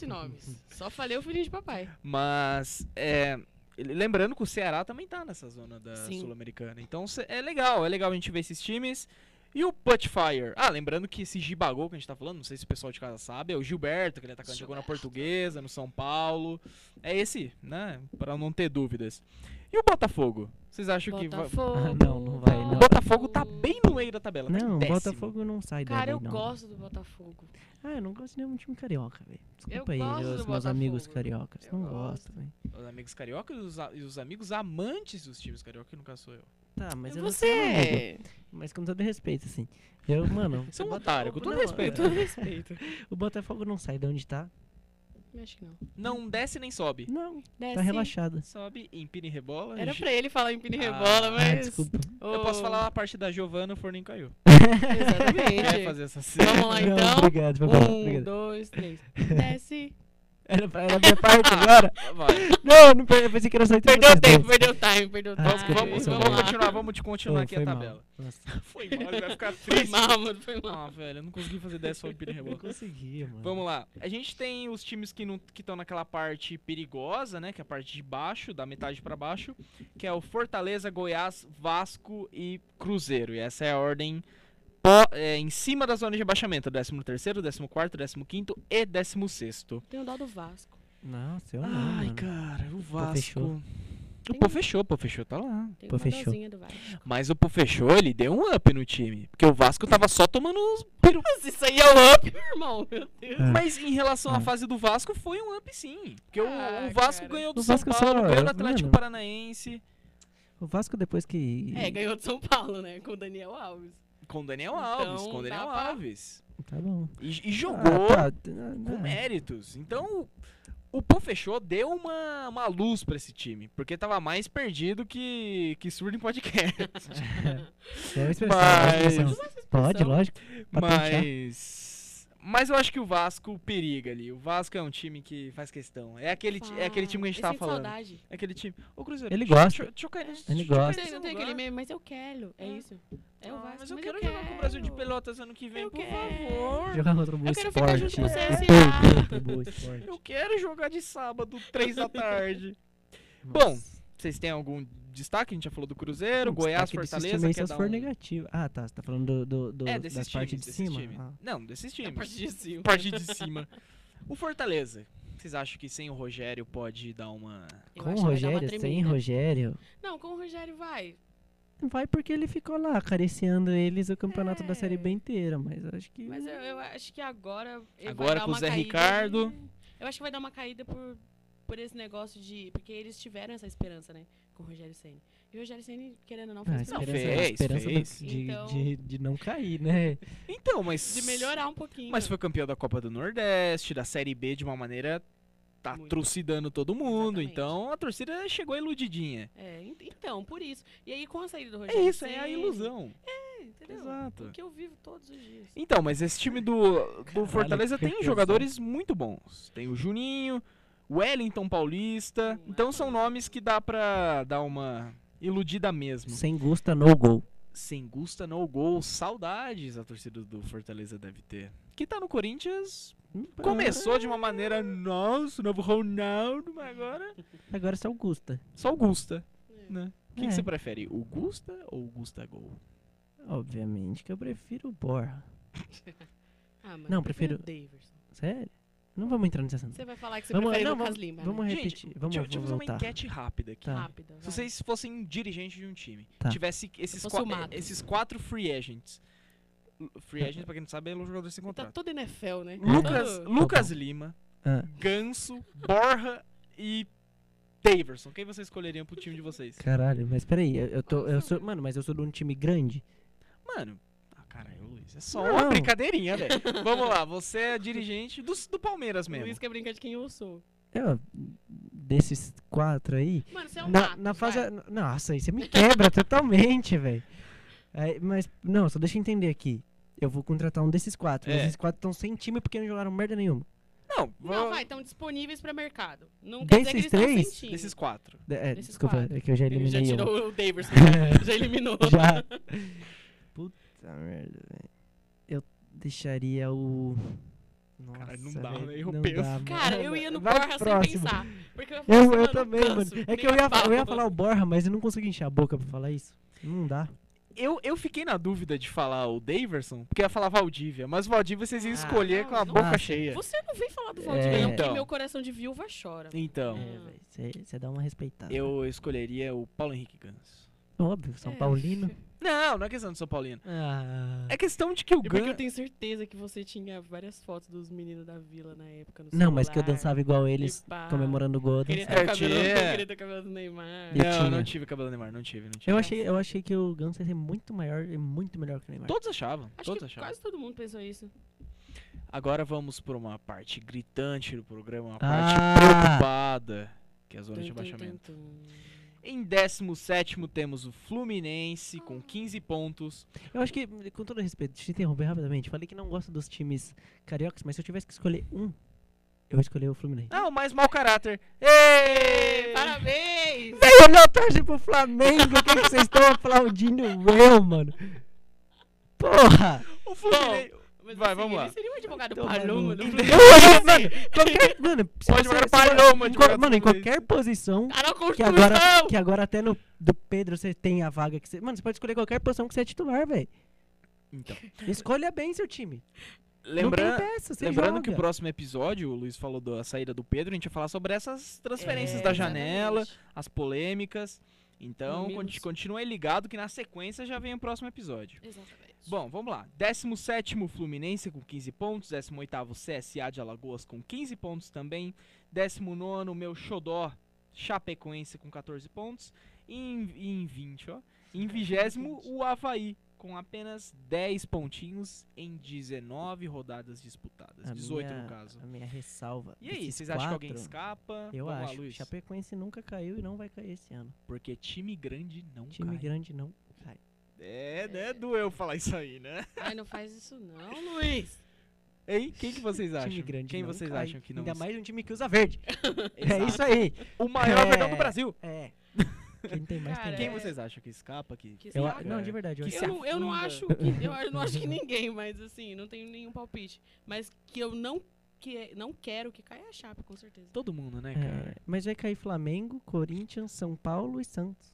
Só falei o filhinho de papai. Mas, lembrando que o Ceará também tá nessa zona da Sim. Sul-Americana. Então, é legal a gente ver esses times. E o Putfire? Ah, lembrando que esse Gibagol que a gente tá falando, não sei se o pessoal de casa sabe, é o Gilberto, que ele é atacante, jogou na Portuguesa, no São Paulo. É esse, né? Pra não ter dúvidas. E o Botafogo? Vocês acham que vai... Botafogo. Ah, não vai, não. O Botafogo tá bem no meio da tabela. tá em Não, o décimo. Botafogo não sai Cara, dali, eu não. gosto do Botafogo. Ah, eu não gosto de nenhum time carioca, velho. Desculpa Eu aí, gosto do os meus Botafogo. amigos cariocas. Eu Não gosto. gosto, velho. Os amigos carioca e os amigos amantes dos times carioca, que no caso sou eu. Tá, mas eu Você não sou amigo. é... Mas com todo respeito, assim. Eu, mano. Você é um o otário, com todo não, respeito. Com todo respeito. O Botafogo não sai de onde tá. Acho que não. Não desce nem sobe. Não, Desce. tá relaxada. Sobe, empina e rebola. Era pra ele falar em pine rebola, Ah, mas... desculpa. Eu posso falar a parte da Giovana, o forninho caiu. Exatamente. Quer fazer essa cena? Vamos lá, Não, então. obrigado, foi bom, 1, obrigado. 2, 3. Desce. Era a minha parte agora. Vai. Não, eu pensei que era só entre Perdeu o vocês tempo, dois. perdeu o time, perdeu o time. Ah, desculpa, Vamos, pessoal. vamos lá. continuar, vamos continuar Pô, aqui a foi mal. tabela. Nossa, Foi mal, ele vai ficar Foi triste. mal, mano, foi mal. Ah, velho, eu não consegui fazer 10 sobre empina e rebola. não consegui, mano. Vamos lá. A gente tem os times que estão naquela parte perigosa, né? Que é a parte de baixo, da metade pra baixo. Que é o Fortaleza, Goiás, Vasco e Cruzeiro. E essa é a ordem em cima da zona de rebaixamento. 13º, 14º, 15º e 16º. Tenho dó do Vasco. Nossa, eu não, Ai, mano. cara, o Pô, Vasco... fechou. O Pô fechou tá lá. Tenho Pô, uma fechou. dozinha do Vasco. Mas o Pô fechou, ele deu um up no time. Porque o Vasco tava só tomando uns peru. Mas isso aí é o up, meu irmão. Meu Deus. É. Mas em relação à É. fase do Vasco, foi um up sim. Porque Ah, o Vasco cara. ganhou do O São Vasco Paulo, só- ganhou do Atlético mano. Paranaense. O Vasco depois que... É, ganhou de São Paulo, né? Com o Daniel Alves. Com o Daniel Então, Alves, com o dá Daniel pra- Alves. Tá bom. E jogou Ah, tá. com méritos. Então, o Pô fechou deu uma luz pra esse time. Porque tava mais perdido que surdo em podcast. É uma expressão, é uma expressão. Mas- Pode, lógico. Patentear. Mas eu acho que o Vasco periga ali. O Vasco é um time que faz questão. É aquele time que a gente Eu tava sinto falando. saudade. É aquele time. Ô, Cruzeiro. Ele deixa- gosta. Deixa eu cair nesse- Ele deixa eu cair gosta. nesse Não tem lugar. aquele meme, mas eu quero. É Ah. isso. É o Ah, Vasco, mas eu quero jogar com o Brasil de Pelotas ano que vem, Eu por quero. favor. Jogar contra o Boa Eu quero ficar junto Esporte. com o É CSA. tudo, Boa Esporte. Eu quero jogar de sábado, 3 da tarde. Nossa. Bom, vocês têm algum destaque? A gente já falou do Cruzeiro, O Goiás, destaque desses Fortaleza. times aí Quer só dar se for um- negativo. Ah, tá. Você tá falando desses das partes de desses cima? times. Ah. Não, desses A times. parte de cima. Parte de cima. O Fortaleza. Vocês acham que sem o Rogério pode dar uma... Eu Com acho o que vai dar uma Rogério, sem tremida. Rogério. Não, com o Rogério vai. Vai porque ele ficou lá acariciando eles o campeonato da É. Série B inteira, mas eu acho que... Mas eu acho que agora. Ele Agora vai dar com o uma Zé caída Ricardo. Eu acho que vai dar uma caída por esse negócio de. Porque eles tiveram essa esperança, né? Com o Rogério Ceni. E o Rogério Ceni, querendo ou não, Ah, fez a Não, esperança. esperança, a fez, esperança fez. de, Então- de não cair, né? Então, mas... De melhorar um pouquinho. Mas foi campeão da Copa do Nordeste, da Série B de uma maneira... Tá Muito. trucidando todo mundo. Exatamente. Então a torcida chegou iludidinha. É, então, por isso. E aí, com a saída do É Rogério isso, é a Ceni, ilusão. Entendeu? Exato. O que eu vivo todos os dias. Então, mas esse time do Fortaleza que tem pesado. jogadores muito bons. Tem o Juninho, o Wellington Paulista. Então são nomes que dá pra dar uma iludida mesmo. Sem Gusta, no gol. Sem Gusta, no gol. Saudades a torcida do Fortaleza deve ter. Que tá no Corinthians. Começou de uma maneira, nossa, o novo Ronaldo, mas agora Agora é só o Gusta. só o Gusta, né? Quem É. que você prefere, o Gusta ou o Gusta Gol? Obviamente que eu prefiro o Borja. Ah, mas Não, eu prefiro- o Daverson. Sério? Não vamos entrar nesse assunto. Você vai falar que você Vamos- prefere não, Lucas Lima, Vamos né? repetir. Vamos deixa eu fazer uma voltar. enquete rápida aqui. Tá. Rápida. Se vai. vocês fossem dirigentes de um time, Tá. tivesse esses, fosse o Matos. esses 4 free agents. Free agents, pra quem não sabe, é um jogador sem Tá contrato. todo NFL, né? Lucas, Todo- Lucas Lima, Ah, Ganso, Borja e Daverson. Quem vocês escolheriam pro time de vocês? caralho, mas peraí, eu sou. Mano, mas eu sou de um time grande. Mano, caralho, Luiz, é só Não. uma brincadeirinha, velho. Vamos lá, você é dirigente do Palmeiras O mesmo. Luiz quer brincar de quem eu sou. Desses 4 aí. Mano, você é um Na Matos, fase. vai. Nossa, aí você me quebra totalmente, velho. Mas, não, só deixa eu entender aqui. Eu vou contratar um desses 4. Mas É. esses 4 estão sem time porque não jogaram merda nenhuma. Não, Não, vai, estão disponíveis pra mercado. Não quer dizer que Desses eles estão sem três? time. desses 4. Desses Desculpa, 4. é que eu já Ele já eliminei um. tirou o Daverson. Já eliminou. Já. Puta merda, velho. Eu deixaria o. Nossa, Caralho, não dá, velho, velho, eu não penso. dá, Cara, mano. eu ia no Vai Borja sem próximo. pensar. Porque eu ia falar assim, Eu mano, também, mano. canso, É que nem a eu ia pau. falar o Borja, mas eu não consigo encher a boca pra falar isso. Não dá. Eu fiquei na dúvida de falar o Daverson, porque eu ia falar Valdívia, mas Valdívia vocês iam Ah. escolher Não, com a não. boca Ah, cheia. Você não vem falar do Valdívia, não, porque Então. meu coração de viúva chora. Então, É, velho. Você dá uma respeitada. eu escolheria o Paulo Henrique Ganso. Óbvio, São É. Paulino. Não é questão de São Paulino. Ah. É questão de que o E porque eu Ganso... tenho certeza que você tinha várias fotos dos meninos da vila na época no Não, mas que eu celular. dançava igual eles, E pá. comemorando o gol. eu Queria ter, dançava. o cabelo, tinha. queria ter o cabelo do Neymar. Eu Não, não tinha. tive cabelo Neymar, não tive. Eu achei que o Ganso ia ser muito maior e muito melhor que o Neymar. Todos achavam, Acho todos que achavam. quase todo mundo pensou isso. Agora vamos para uma parte gritante do programa, uma Ah. parte preocupada, que é a zona de Tum, tum, abaixamento. tum, tum. Em 17º temos o Fluminense com 15 pontos. Eu acho que, com todo respeito, deixa eu interromper rapidamente. Falei que não gosto dos times cariocas, mas se eu tivesse que escolher um, eu vou escolher o Fluminense. Ah, o mais mau caráter. Ê! Parabéns! Eu não torço pro Flamengo, o que vocês estão aplaudindo eu, mano? Porra! O Fluminense... Mas, Vai, assim, vamos lá. Ele seria um advogado Toma paloma no- do Mano, Fluminense. mano, se Pode você- jogar se paloma, em de qual- jogar mano, em Fluminense. qualquer posição Tá na que Constituição! agora até no do Pedro você tem a vaga que você. Mano, você pode escolher qualquer posição que você é titular, velho. Então, Escolha bem seu time. lembrando Não tem peça, você que o joga. próximo episódio, o Luiz falou da saída do Pedro, a gente vai falar sobre essas transferências da janela, Exatamente. as polêmicas. Então, Mamilos. continue aí ligado que na sequência já vem o próximo episódio. Exatamente. Bom, vamos lá. 17º Fluminense com 15 pontos. 18º CSA de Alagoas com 15 pontos também. 19º meu xodó Chapecoense com 14 pontos. E em 20, ó. Em 20º o Avaí com apenas 10 pontinhos em 19 rodadas disputadas. 18 no caso. A minha ressalva. E aí, desses vocês acham que alguém 4, escapa? Eu Vamos lá, acho. Luiz. Chapecoense nunca caiu e não vai cair esse ano. Porque time grande não Time cai. grande não cai. É, né? Doeu falar isso aí, né? Ai, não faz isso não, Luiz. Hein? Quem que vocês acham? Time grande Quem não vocês cai. acham que não? Ainda mais um time que usa verde. É Exato. isso aí. O maior É. verdão do Brasil. É. Quem tem mais Cara, tem Quem mais. vocês acham que escapa? Que Que Eu, escapa? não, de verdade. Eu Que acho se Eu não afunda. acho que, eu não acho que ninguém, mas assim, não tenho nenhum palpite. Mas que eu não quero que caia a Chape, com certeza. Todo mundo, né, cara? Mas vai cair Flamengo, Corinthians, São Paulo e Santos.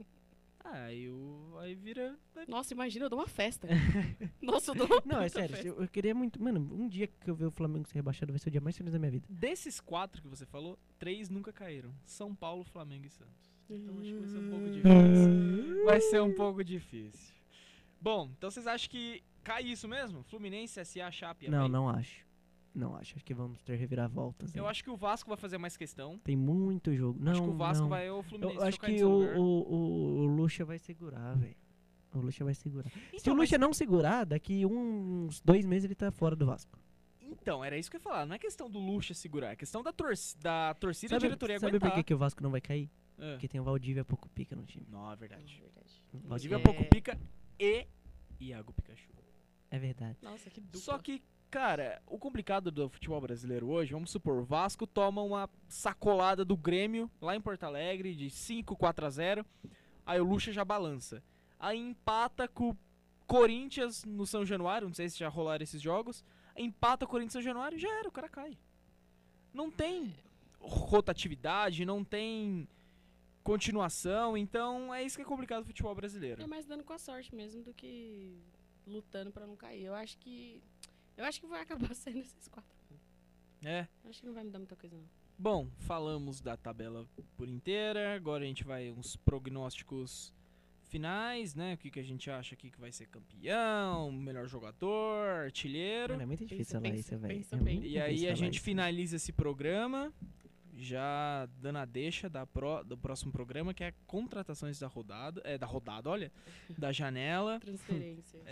Aí vira... Nossa, imagina, eu dou uma festa. Nossa, eu dou uma Não, é puta sério. festa. Eu queria muito. Mano, um dia que eu ver o Flamengo ser rebaixado vai ser o dia mais feliz da minha vida. Desses 4 que você falou, 3 nunca caíram. São Paulo, Flamengo e Santos. Então acho que vai ser um pouco difícil. Vai ser um pouco difícil. Bom, então vocês acham que cai isso mesmo? Fluminense, SA, Chape e Não, Avaí? não acho. Não acho. Acho que vamos ter reviravoltas. Eu aí. acho que o Vasco vai fazer mais questão. Tem muito jogo. Não, acho que o Vasco não. vai ou o Fluminense Eu acho trocar em que seu o lugar. Lucha vai segurar, velho. O Lucha vai segurar. Se Então, o mas- Lucha não segurar, daqui uns 2 meses ele tá fora do Vasco. Então, era isso que eu ia falar. Não é questão do Lucha segurar, é questão da torcida e Sabe, diretoria sabe aguentar. por que o Vasco não vai cair? Ah. Porque tem o Valdívia pouco pica no time. Não, é verdade. Verdade. Valdívia É. Pouco Pica e Iago Pikachu. É verdade. Nossa, que dupla. Só que, cara, o complicado do futebol brasileiro hoje, vamos supor, o Vasco toma uma sacolada do Grêmio lá em Porto Alegre de 5-4-0, aí o Lucha já balança. Aí empata com o Corinthians no São Januário, não sei se já rolaram esses jogos, empata o Corinthians no São Januário, já era, o cara cai. Não tem rotatividade, não tem continuação, então é isso que é complicado do futebol brasileiro. É mais dando com a sorte mesmo do que lutando pra não cair. Eu acho que vai acabar sendo esses 4. É. Acho que não vai me dar muita coisa não. Bom, falamos da tabela por inteira, agora a gente vai uns prognósticos finais, né? O que, que a gente acha aqui que vai ser campeão, melhor jogador, artilheiro. Mano, é muito difícil falar pensa, isso, velho. pensa É bem. muito E aí difícil a falar gente isso. finaliza esse programa, já dando a deixa do próximo programa, que é contratações da rodada, olha, da janela. Transferência.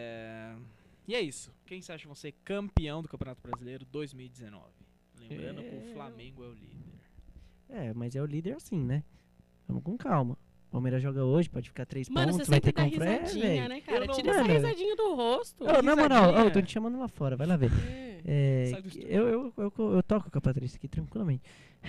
E é isso. Quem você acha que vão ser campeão do Campeonato Brasileiro 2019? Lembrando que o Flamengo é o líder. É, mas é o líder assim, né? Vamos com calma. O Palmeiras joga hoje, pode ficar 3 Mano, pontos, você vai ter sempre dá confré, risadinha, velho. né, cara? Eu não- Tira essa Mano, risadinha do rosto. Ô, na moral, risadinha. eu tô te chamando lá fora, vai lá ver. É. É, Sai do estúdio. eu toco com a Patrícia aqui tranquilamente.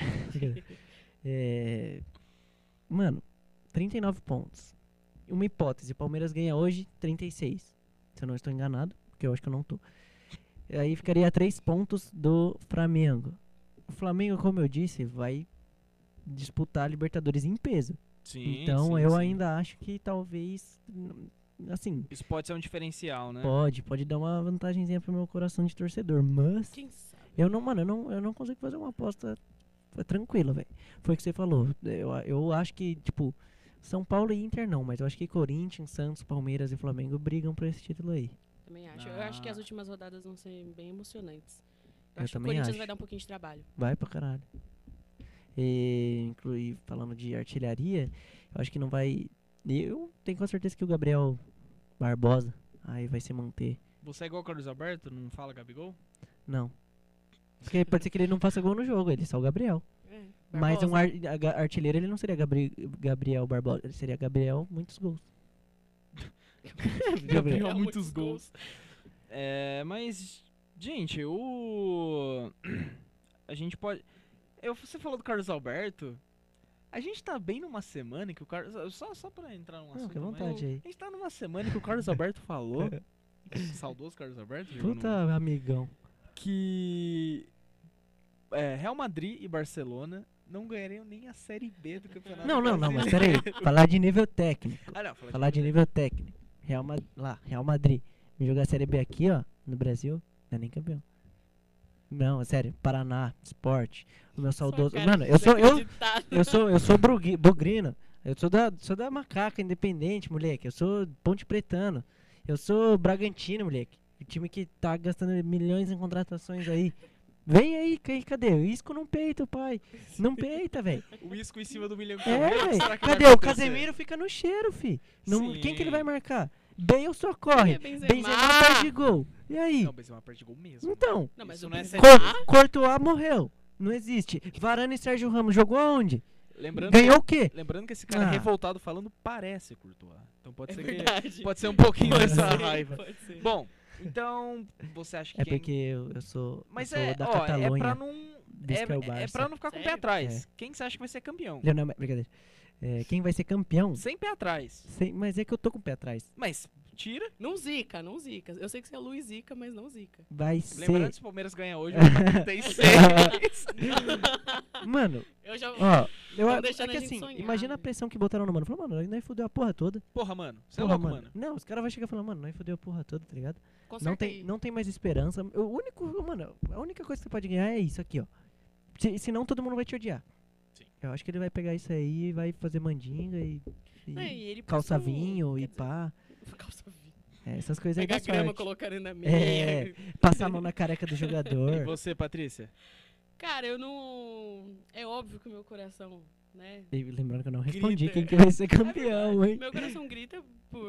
Mano, 39 pontos. Uma hipótese, o Palmeiras ganha hoje 36. Se eu não estou enganado, porque eu acho que eu não tô. Aí ficaria a 3 pontos do Flamengo. O Flamengo, como eu disse, vai disputar a Libertadores em peso. Sim, Então sim, eu sim. ainda acho que talvez, assim, Isso pode ser um diferencial, né? pode dar uma vantagenzinha pro meu coração de torcedor, mas Quem sabe? eu não consigo fazer uma aposta tranquila, velho. Foi o que você falou. Eu acho que, tipo, São Paulo e Inter não, mas eu acho que Corinthians, Santos, Palmeiras e Flamengo brigam por esse título aí. Também acho. Eu acho que as Ah. últimas rodadas vão ser bem emocionantes. Eu acho que o também Corinthians acho. vai dar um pouquinho de trabalho. Vai pra caralho. E, incluir, falando de artilharia, eu acho que não vai. Eu tenho com certeza que o Gabriel Barbosa aí vai se manter. Você é igual o Carlos Alberto, não fala Gabigol? Não. Porque pode ser que ele não faça gol no jogo, ele é só o Gabriel. É, Mas um Barbosa. artilheiro ele não seria Gabriel Barbosa, ele seria Gabriel muitos gols. Gabriel, muitos gols. Mas, gente, a gente pode... Você falou do Carlos Alberto. A gente tá bem numa semana que o Carlos... Só pra entrar num assunto Fica à mais... vontade aí. A gente tá numa semana que o Carlos Alberto falou... Saudoso Carlos Alberto. jogou Puta amigão. que... Real Madrid e Barcelona não ganhariam nem a Série B do Campeonato Não, mas Brasileiro. peraí. Falar de nível técnico. Ah, não, Falar de nível técnico. Real Madrid. Me jogar a Série B aqui, ó, no Brasil, não é nem campeão. Não, é sério. Paraná, Sport. O meu saudoso. Mano, eu sou bugrino. Eu sou da Macaca, Independente, moleque. Eu sou Ponte Pretano. Eu sou Bragantino, moleque. O time que tá gastando milhões em contratações aí. Vem aí, cadê? O Isco não peita, pai. Não peita, velho. O Isco em cima do milhão. Velho. Será que vai Cadê? O acontecer? Casemiro fica no cheiro, fi. Não, Sim. quem que ele vai marcar? Bale só corre. Benzema. Benzema perde gol. E aí? Não, Benzema perde gol mesmo. Então, Não, mas Isso o não é Benzema- sério. Courtois morreu. Não existe. Varane e Sérgio Ramos jogou aonde? Lembrando Ganhou o quê? Lembrando que esse cara Ah. revoltado falando parece Courtois. Então pode É ser verdade. que... Pode ser um pouquinho Pode dessa ser. raiva. Pode ser. Bom, então... Você acha que É quem... porque eu sou, Mas eu sou da é Catalunha. pra não... Diz que é o É Barça. pra não ficar com o pé Sério? atrás. Quem você acha que vai ser campeão? Não, brincadeira. Quem vai ser campeão? Sem pé atrás. Mas é que eu tô com o pé atrás. Mas tira. Não zica, não zica. Eu sei que você é Luiz Zica, mas não zica. Vai Lembrando que ser... se o Palmeiras ganhar hoje, vai estar 36. Mano, Eu já... ó... Tão deixando É que a gente assim, sonhar, imagina a né? pressão que botaram no mano. Falou, mano, nós fudeu a porra toda. Porra, mano. Você é Porra, louco, mano. Não, os caras vão chegar e falar, mano, nós fudeu a porra toda, tá ligado? Conserta aí. Não tem mais esperança. Mano, a única coisa que você pode ganhar é isso aqui, ó. Senão todo mundo vai te odiar. Sim. Eu acho que ele vai pegar isso aí e vai fazer mandinga e Não, e ele calça passou- vinho quer e dizer, pá. Calça vinho. Essas coisas aí Pegar da grama, sorte. colocar na meia. É, passar a mão na careca do E jogador. você, Patrícia? Cara, eu não... É óbvio que o meu coração, né? E lembrando que eu não respondi Grita. quem que vai ser campeão, hein? Meu coração grita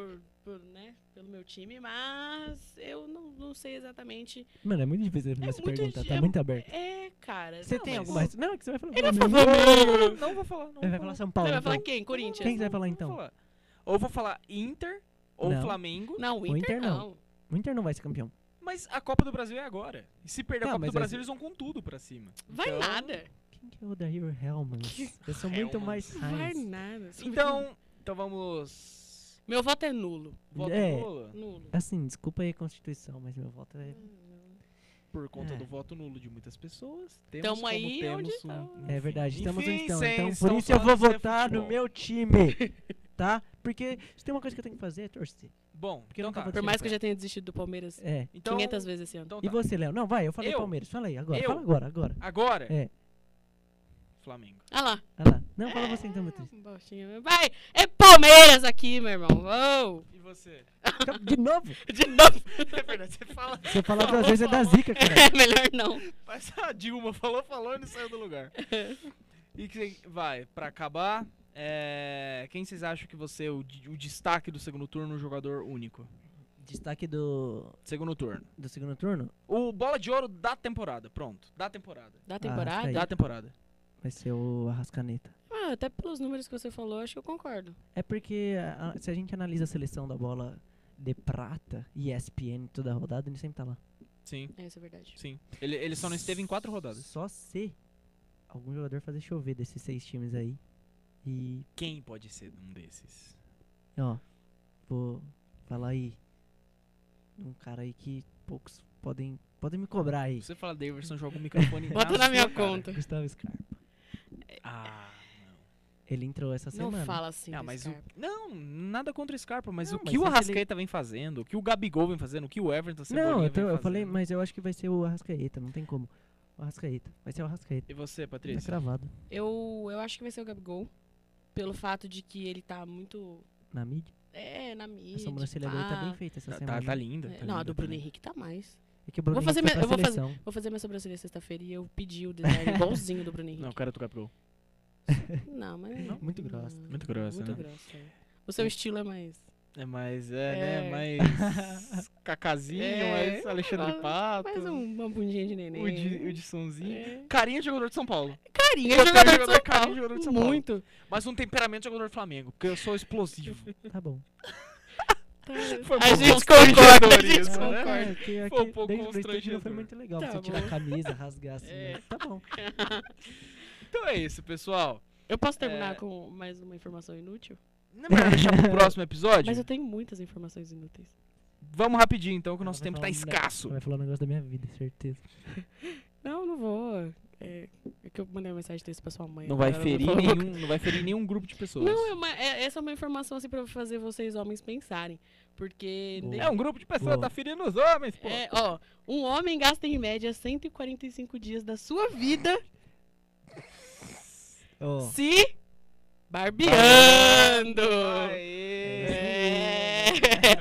né, pelo meu time, mas eu não sei exatamente. Mano, é muito difícil você muito perguntar, di- tá muito aberto. Cara. Você não, tem mas- alguma... Não, é que você vai falar... Ele vai Flamengo. falar Não vou falar. Não Ele vai falar São Paulo. Você vai então. falar quem? Corinthians? Quem você vai falar Não então? vou falar. Ou vou falar Inter ou Não. Flamengo. Não, o O Inter, Inter não. não. O Inter não vai ser campeão. Mas a Copa do Brasil é agora. E se perder Não, a Copa mas do Brasil, eles vão com tudo pra cima. Vai Então- nada. Quem que é o Daír Helmans? Eu sou muito Hellmans. mais Vai Heinz. nada. Então vamos... Meu voto é nulo. Voto É. nulo. Nulo. Assim, desculpa aí a Constituição, mas meu voto é... Por conta É. do voto nulo de muitas pessoas. Temos Tamo como aí temos onde um... tá. É verdade, estamos Enfim, onde estamos. sem- Então, por estamos isso eu vou falando de votar no futebol. meu time, tá? Porque se tem uma coisa que eu tenho que fazer é torcer. Bom, Porque então nunca tá. vou Por mais que eu já tenha desistido do Palmeiras É. Então, 500 vezes esse ano. então E tá. você, Léo? Não, vai, eu falei Eu? Palmeiras. Fala aí, agora. Eu? Fala agora. Agora? É. Flamengo. Ah lá. Vai lá. Não, fala você então, Beatriz. Baixinho. Vai! É Palmeiras aqui, meu irmão. Oh! E você? De novo. De novo. É verdade, você fala... Você falar duas vezes é da zica, cara. É melhor não. Mas a Dilma falou e não saiu do lugar. E que vai, pra acabar, quem vocês acham que você o destaque do segundo turno, o jogador único? Destaque do Segundo turno. segundo turno O bola de ouro da temporada, pronto. Da temporada. Da Aí. temporada? Da temporada. vai ser o Arrascaneta. Ah, até pelos números que você falou, acho que eu concordo. É porque se a gente analisa a seleção da bola de prata, ESPN, toda a rodada, ele sempre tá lá. Sim, Isso é verdade. sim. Ele só não esteve em 4 rodadas. Só se algum jogador fazer chover desses 6 times aí. E, Quem pode ser um desses? ó, vou falar aí. Um cara aí que poucos podem me cobrar aí. Se você falar Davidson, joga o microfone Bota na minha sua cara. conta. Gustavo Scarpa. Ah, Ele entrou essa Não semana. fala assim. não. do mas Scarpa. não, nada contra o Scarpa, mas Não, o mas que o se ele- Arrascaeta vem fazendo, o que o Gabigol vem fazendo, o que o Everton Cebolinha Não, vem eu falei, fazendo. mas eu acho que vai ser o Arrascaeta, não tem como. O Arrascaeta. Vai ser o Arrascaeta. E você, Tá Patrícia? cravado. Eu acho que vai ser o Gabigol. Pelo fato de que ele tá muito. Na mídia. Na mídia. A sobrancelha dele tá bem feita essa semana. Tá linda. É, tá não, a linda, do tá Bruno linda. Henrique tá mais. É que o Bruno Vou fazer Henrique foi minha- pra eu vou seleção. Vou fazer minha sobrancelha sexta-feira e eu pedi o design igualzinho do Bruno Henrique. Não, eu quero do Gabigol. Não, mas. Muito grossa. Muito grossa, Muito né? grossa. O seu estilo é mais. né? Mais Cacazinho, mais Alexandre Pato. Mais uma bundinha de neném. O de sonzinho. É. Carinha de jogador de São Paulo. Carinha, Eu jogador tenho de São carinha Paulo. de jogador de São Paulo. Muito. Mas um temperamento de jogador do Flamengo, porque eu sou explosivo. Tá bom. Foi um A pouco gente concorda, a constrangedor gente isso, né? concorda. Foi um pouco desde o estúdio não constrangedor. foi muito legal. Tá Você tirar a bom. camisa, rasgar assim. É. Né? Tá bom. Então é isso, pessoal. Eu posso terminar É. com mais uma informação inútil? Não é melhor deixar pro próximo episódio? Mas eu tenho muitas informações inúteis. Vamos rapidinho, então, que o Ela nosso vai tempo tá falar escasso. Vai falar um negócio da minha vida, certeza. Não vou. É que eu mandei uma mensagem desse pra sua mãe. Não vai agora ela ferir falou- não vai ferir nenhum grupo de pessoas. Não, essa é uma informação assim pra fazer vocês homens pensarem. Porque. Boa. É um grupo de pessoas, Boa. tá ferindo os homens, pô. Ó, um homem gasta em média 145 dias da sua vida Ó, se barbeando. Aê!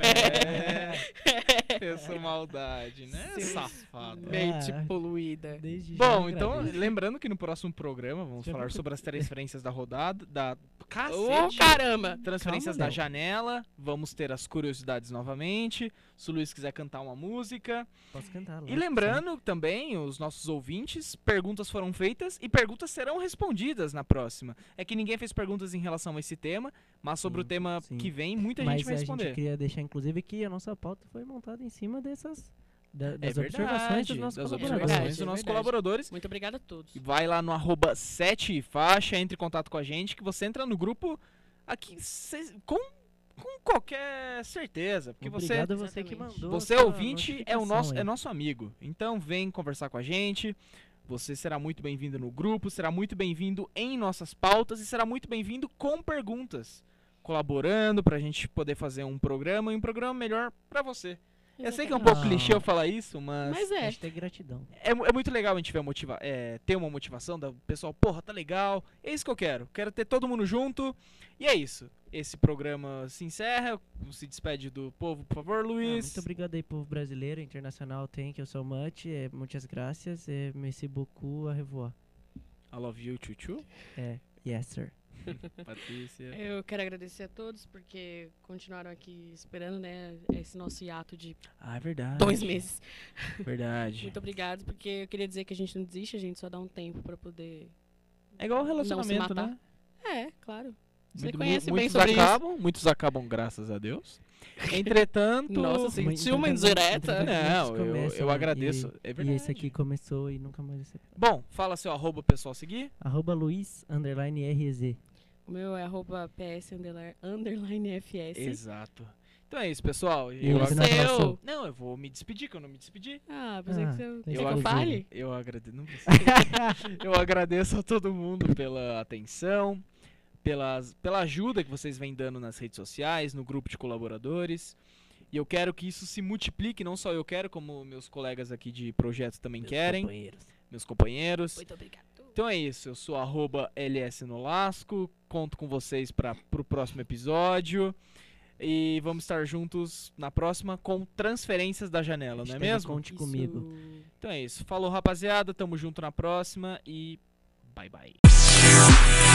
É. Pensa maldade, né? Seu Safado. Mente Ah. poluída. desde já Bom, eu então, agradeço. lembrando que no próximo programa vamos Já falar vou- sobre as transferências da rodada, da... Ô, Cacete! caramba! Transferências Calma, da Léo. janela, vamos ter as curiosidades novamente, se o Luiz quiser cantar uma música. Posso cantar lá. E lembrando também, os nossos ouvintes, perguntas foram feitas e perguntas serão respondidas na próxima. É que ninguém fez perguntas em relação a esse tema, mas sobre Sim, o tema sim. que vem, muita Mas gente vai a responder. gente queria deixar, inclusive, que a nossa pauta foi montada em cima dessas... das É observações dos verdade, nossos das colaboradores. observações É dos nossos verdade. colaboradores. Muito obrigada a todos. Vai lá no @7 faixa, entre em contato com a gente, que você entra no grupo aqui com qualquer certeza. Porque Obrigado a você que Exatamente. mandou. você a sua ouvinte, é notificação aí. nosso amigo. Então vem conversar com a gente. Você será muito bem-vindo no grupo, será muito bem-vindo em nossas pautas e será muito bem-vindo com perguntas. Colaborando pra gente poder fazer um programa e um programa melhor pra você. Eu sei que é um pouco Ah. clichê eu falar isso, mas Mas é. Hashtag gratidão. é muito legal a gente ver ter uma motivação do pessoal, porra, tá legal. É isso que eu quero. Quero ter todo mundo junto. E é isso. Esse programa se encerra. Se despede do povo, por favor, Luiz. Muito obrigado aí, povo brasileiro, internacional, thank you so much. Muitas graças. Merci beaucoup, a revoir. I love you, Chuchu. Yes, sir. Patrícia. Eu quero agradecer a todos porque continuaram aqui esperando, né, esse nosso hiato de Ah, é verdade. 2 meses. Verdade. Muito obrigado, porque eu queria dizer que a gente não desiste, a gente só dá um tempo pra poder... É igual o Não relacionamento, se matar. né? É, claro. Você Muito- conhece bem muitos sobre acabam, muitos acabam, graças a Deus. Entretanto. Nossa, Uma- sentiu uma entretanto, indireta. entretanto, Não, muitos eu começam agradeço. É E verdade. esse aqui começou e nunca mais vai ser. Bom, fala seu arroba pessoal seguir. @Luiz_RZ. O meu é @PS__FS. Exato. Então é isso, pessoal. E Eu você agra- não fala Seu. seu? Não, eu vou me despedir, que eu não me despedi. Ah, pensei que você... Eu Quer que eu ajudo. fale? Eu agradeço. Não precisa. Eu agradeço a todo mundo pela atenção, pela ajuda que vocês vêm dando nas redes sociais, no grupo de colaboradores. E eu quero que isso se multiplique, não só eu quero, como meus colegas aqui de projeto também querem, meus companheiros. Muito obrigado. Então é isso, eu sou @LSNolasco, conto com vocês para pro próximo episódio. E vamos estar juntos na próxima com transferências da janela, não é Hashtag mesmo? Conte comigo. Isso. Então é isso. Falou, rapaziada. Tamo junto na próxima e bye bye.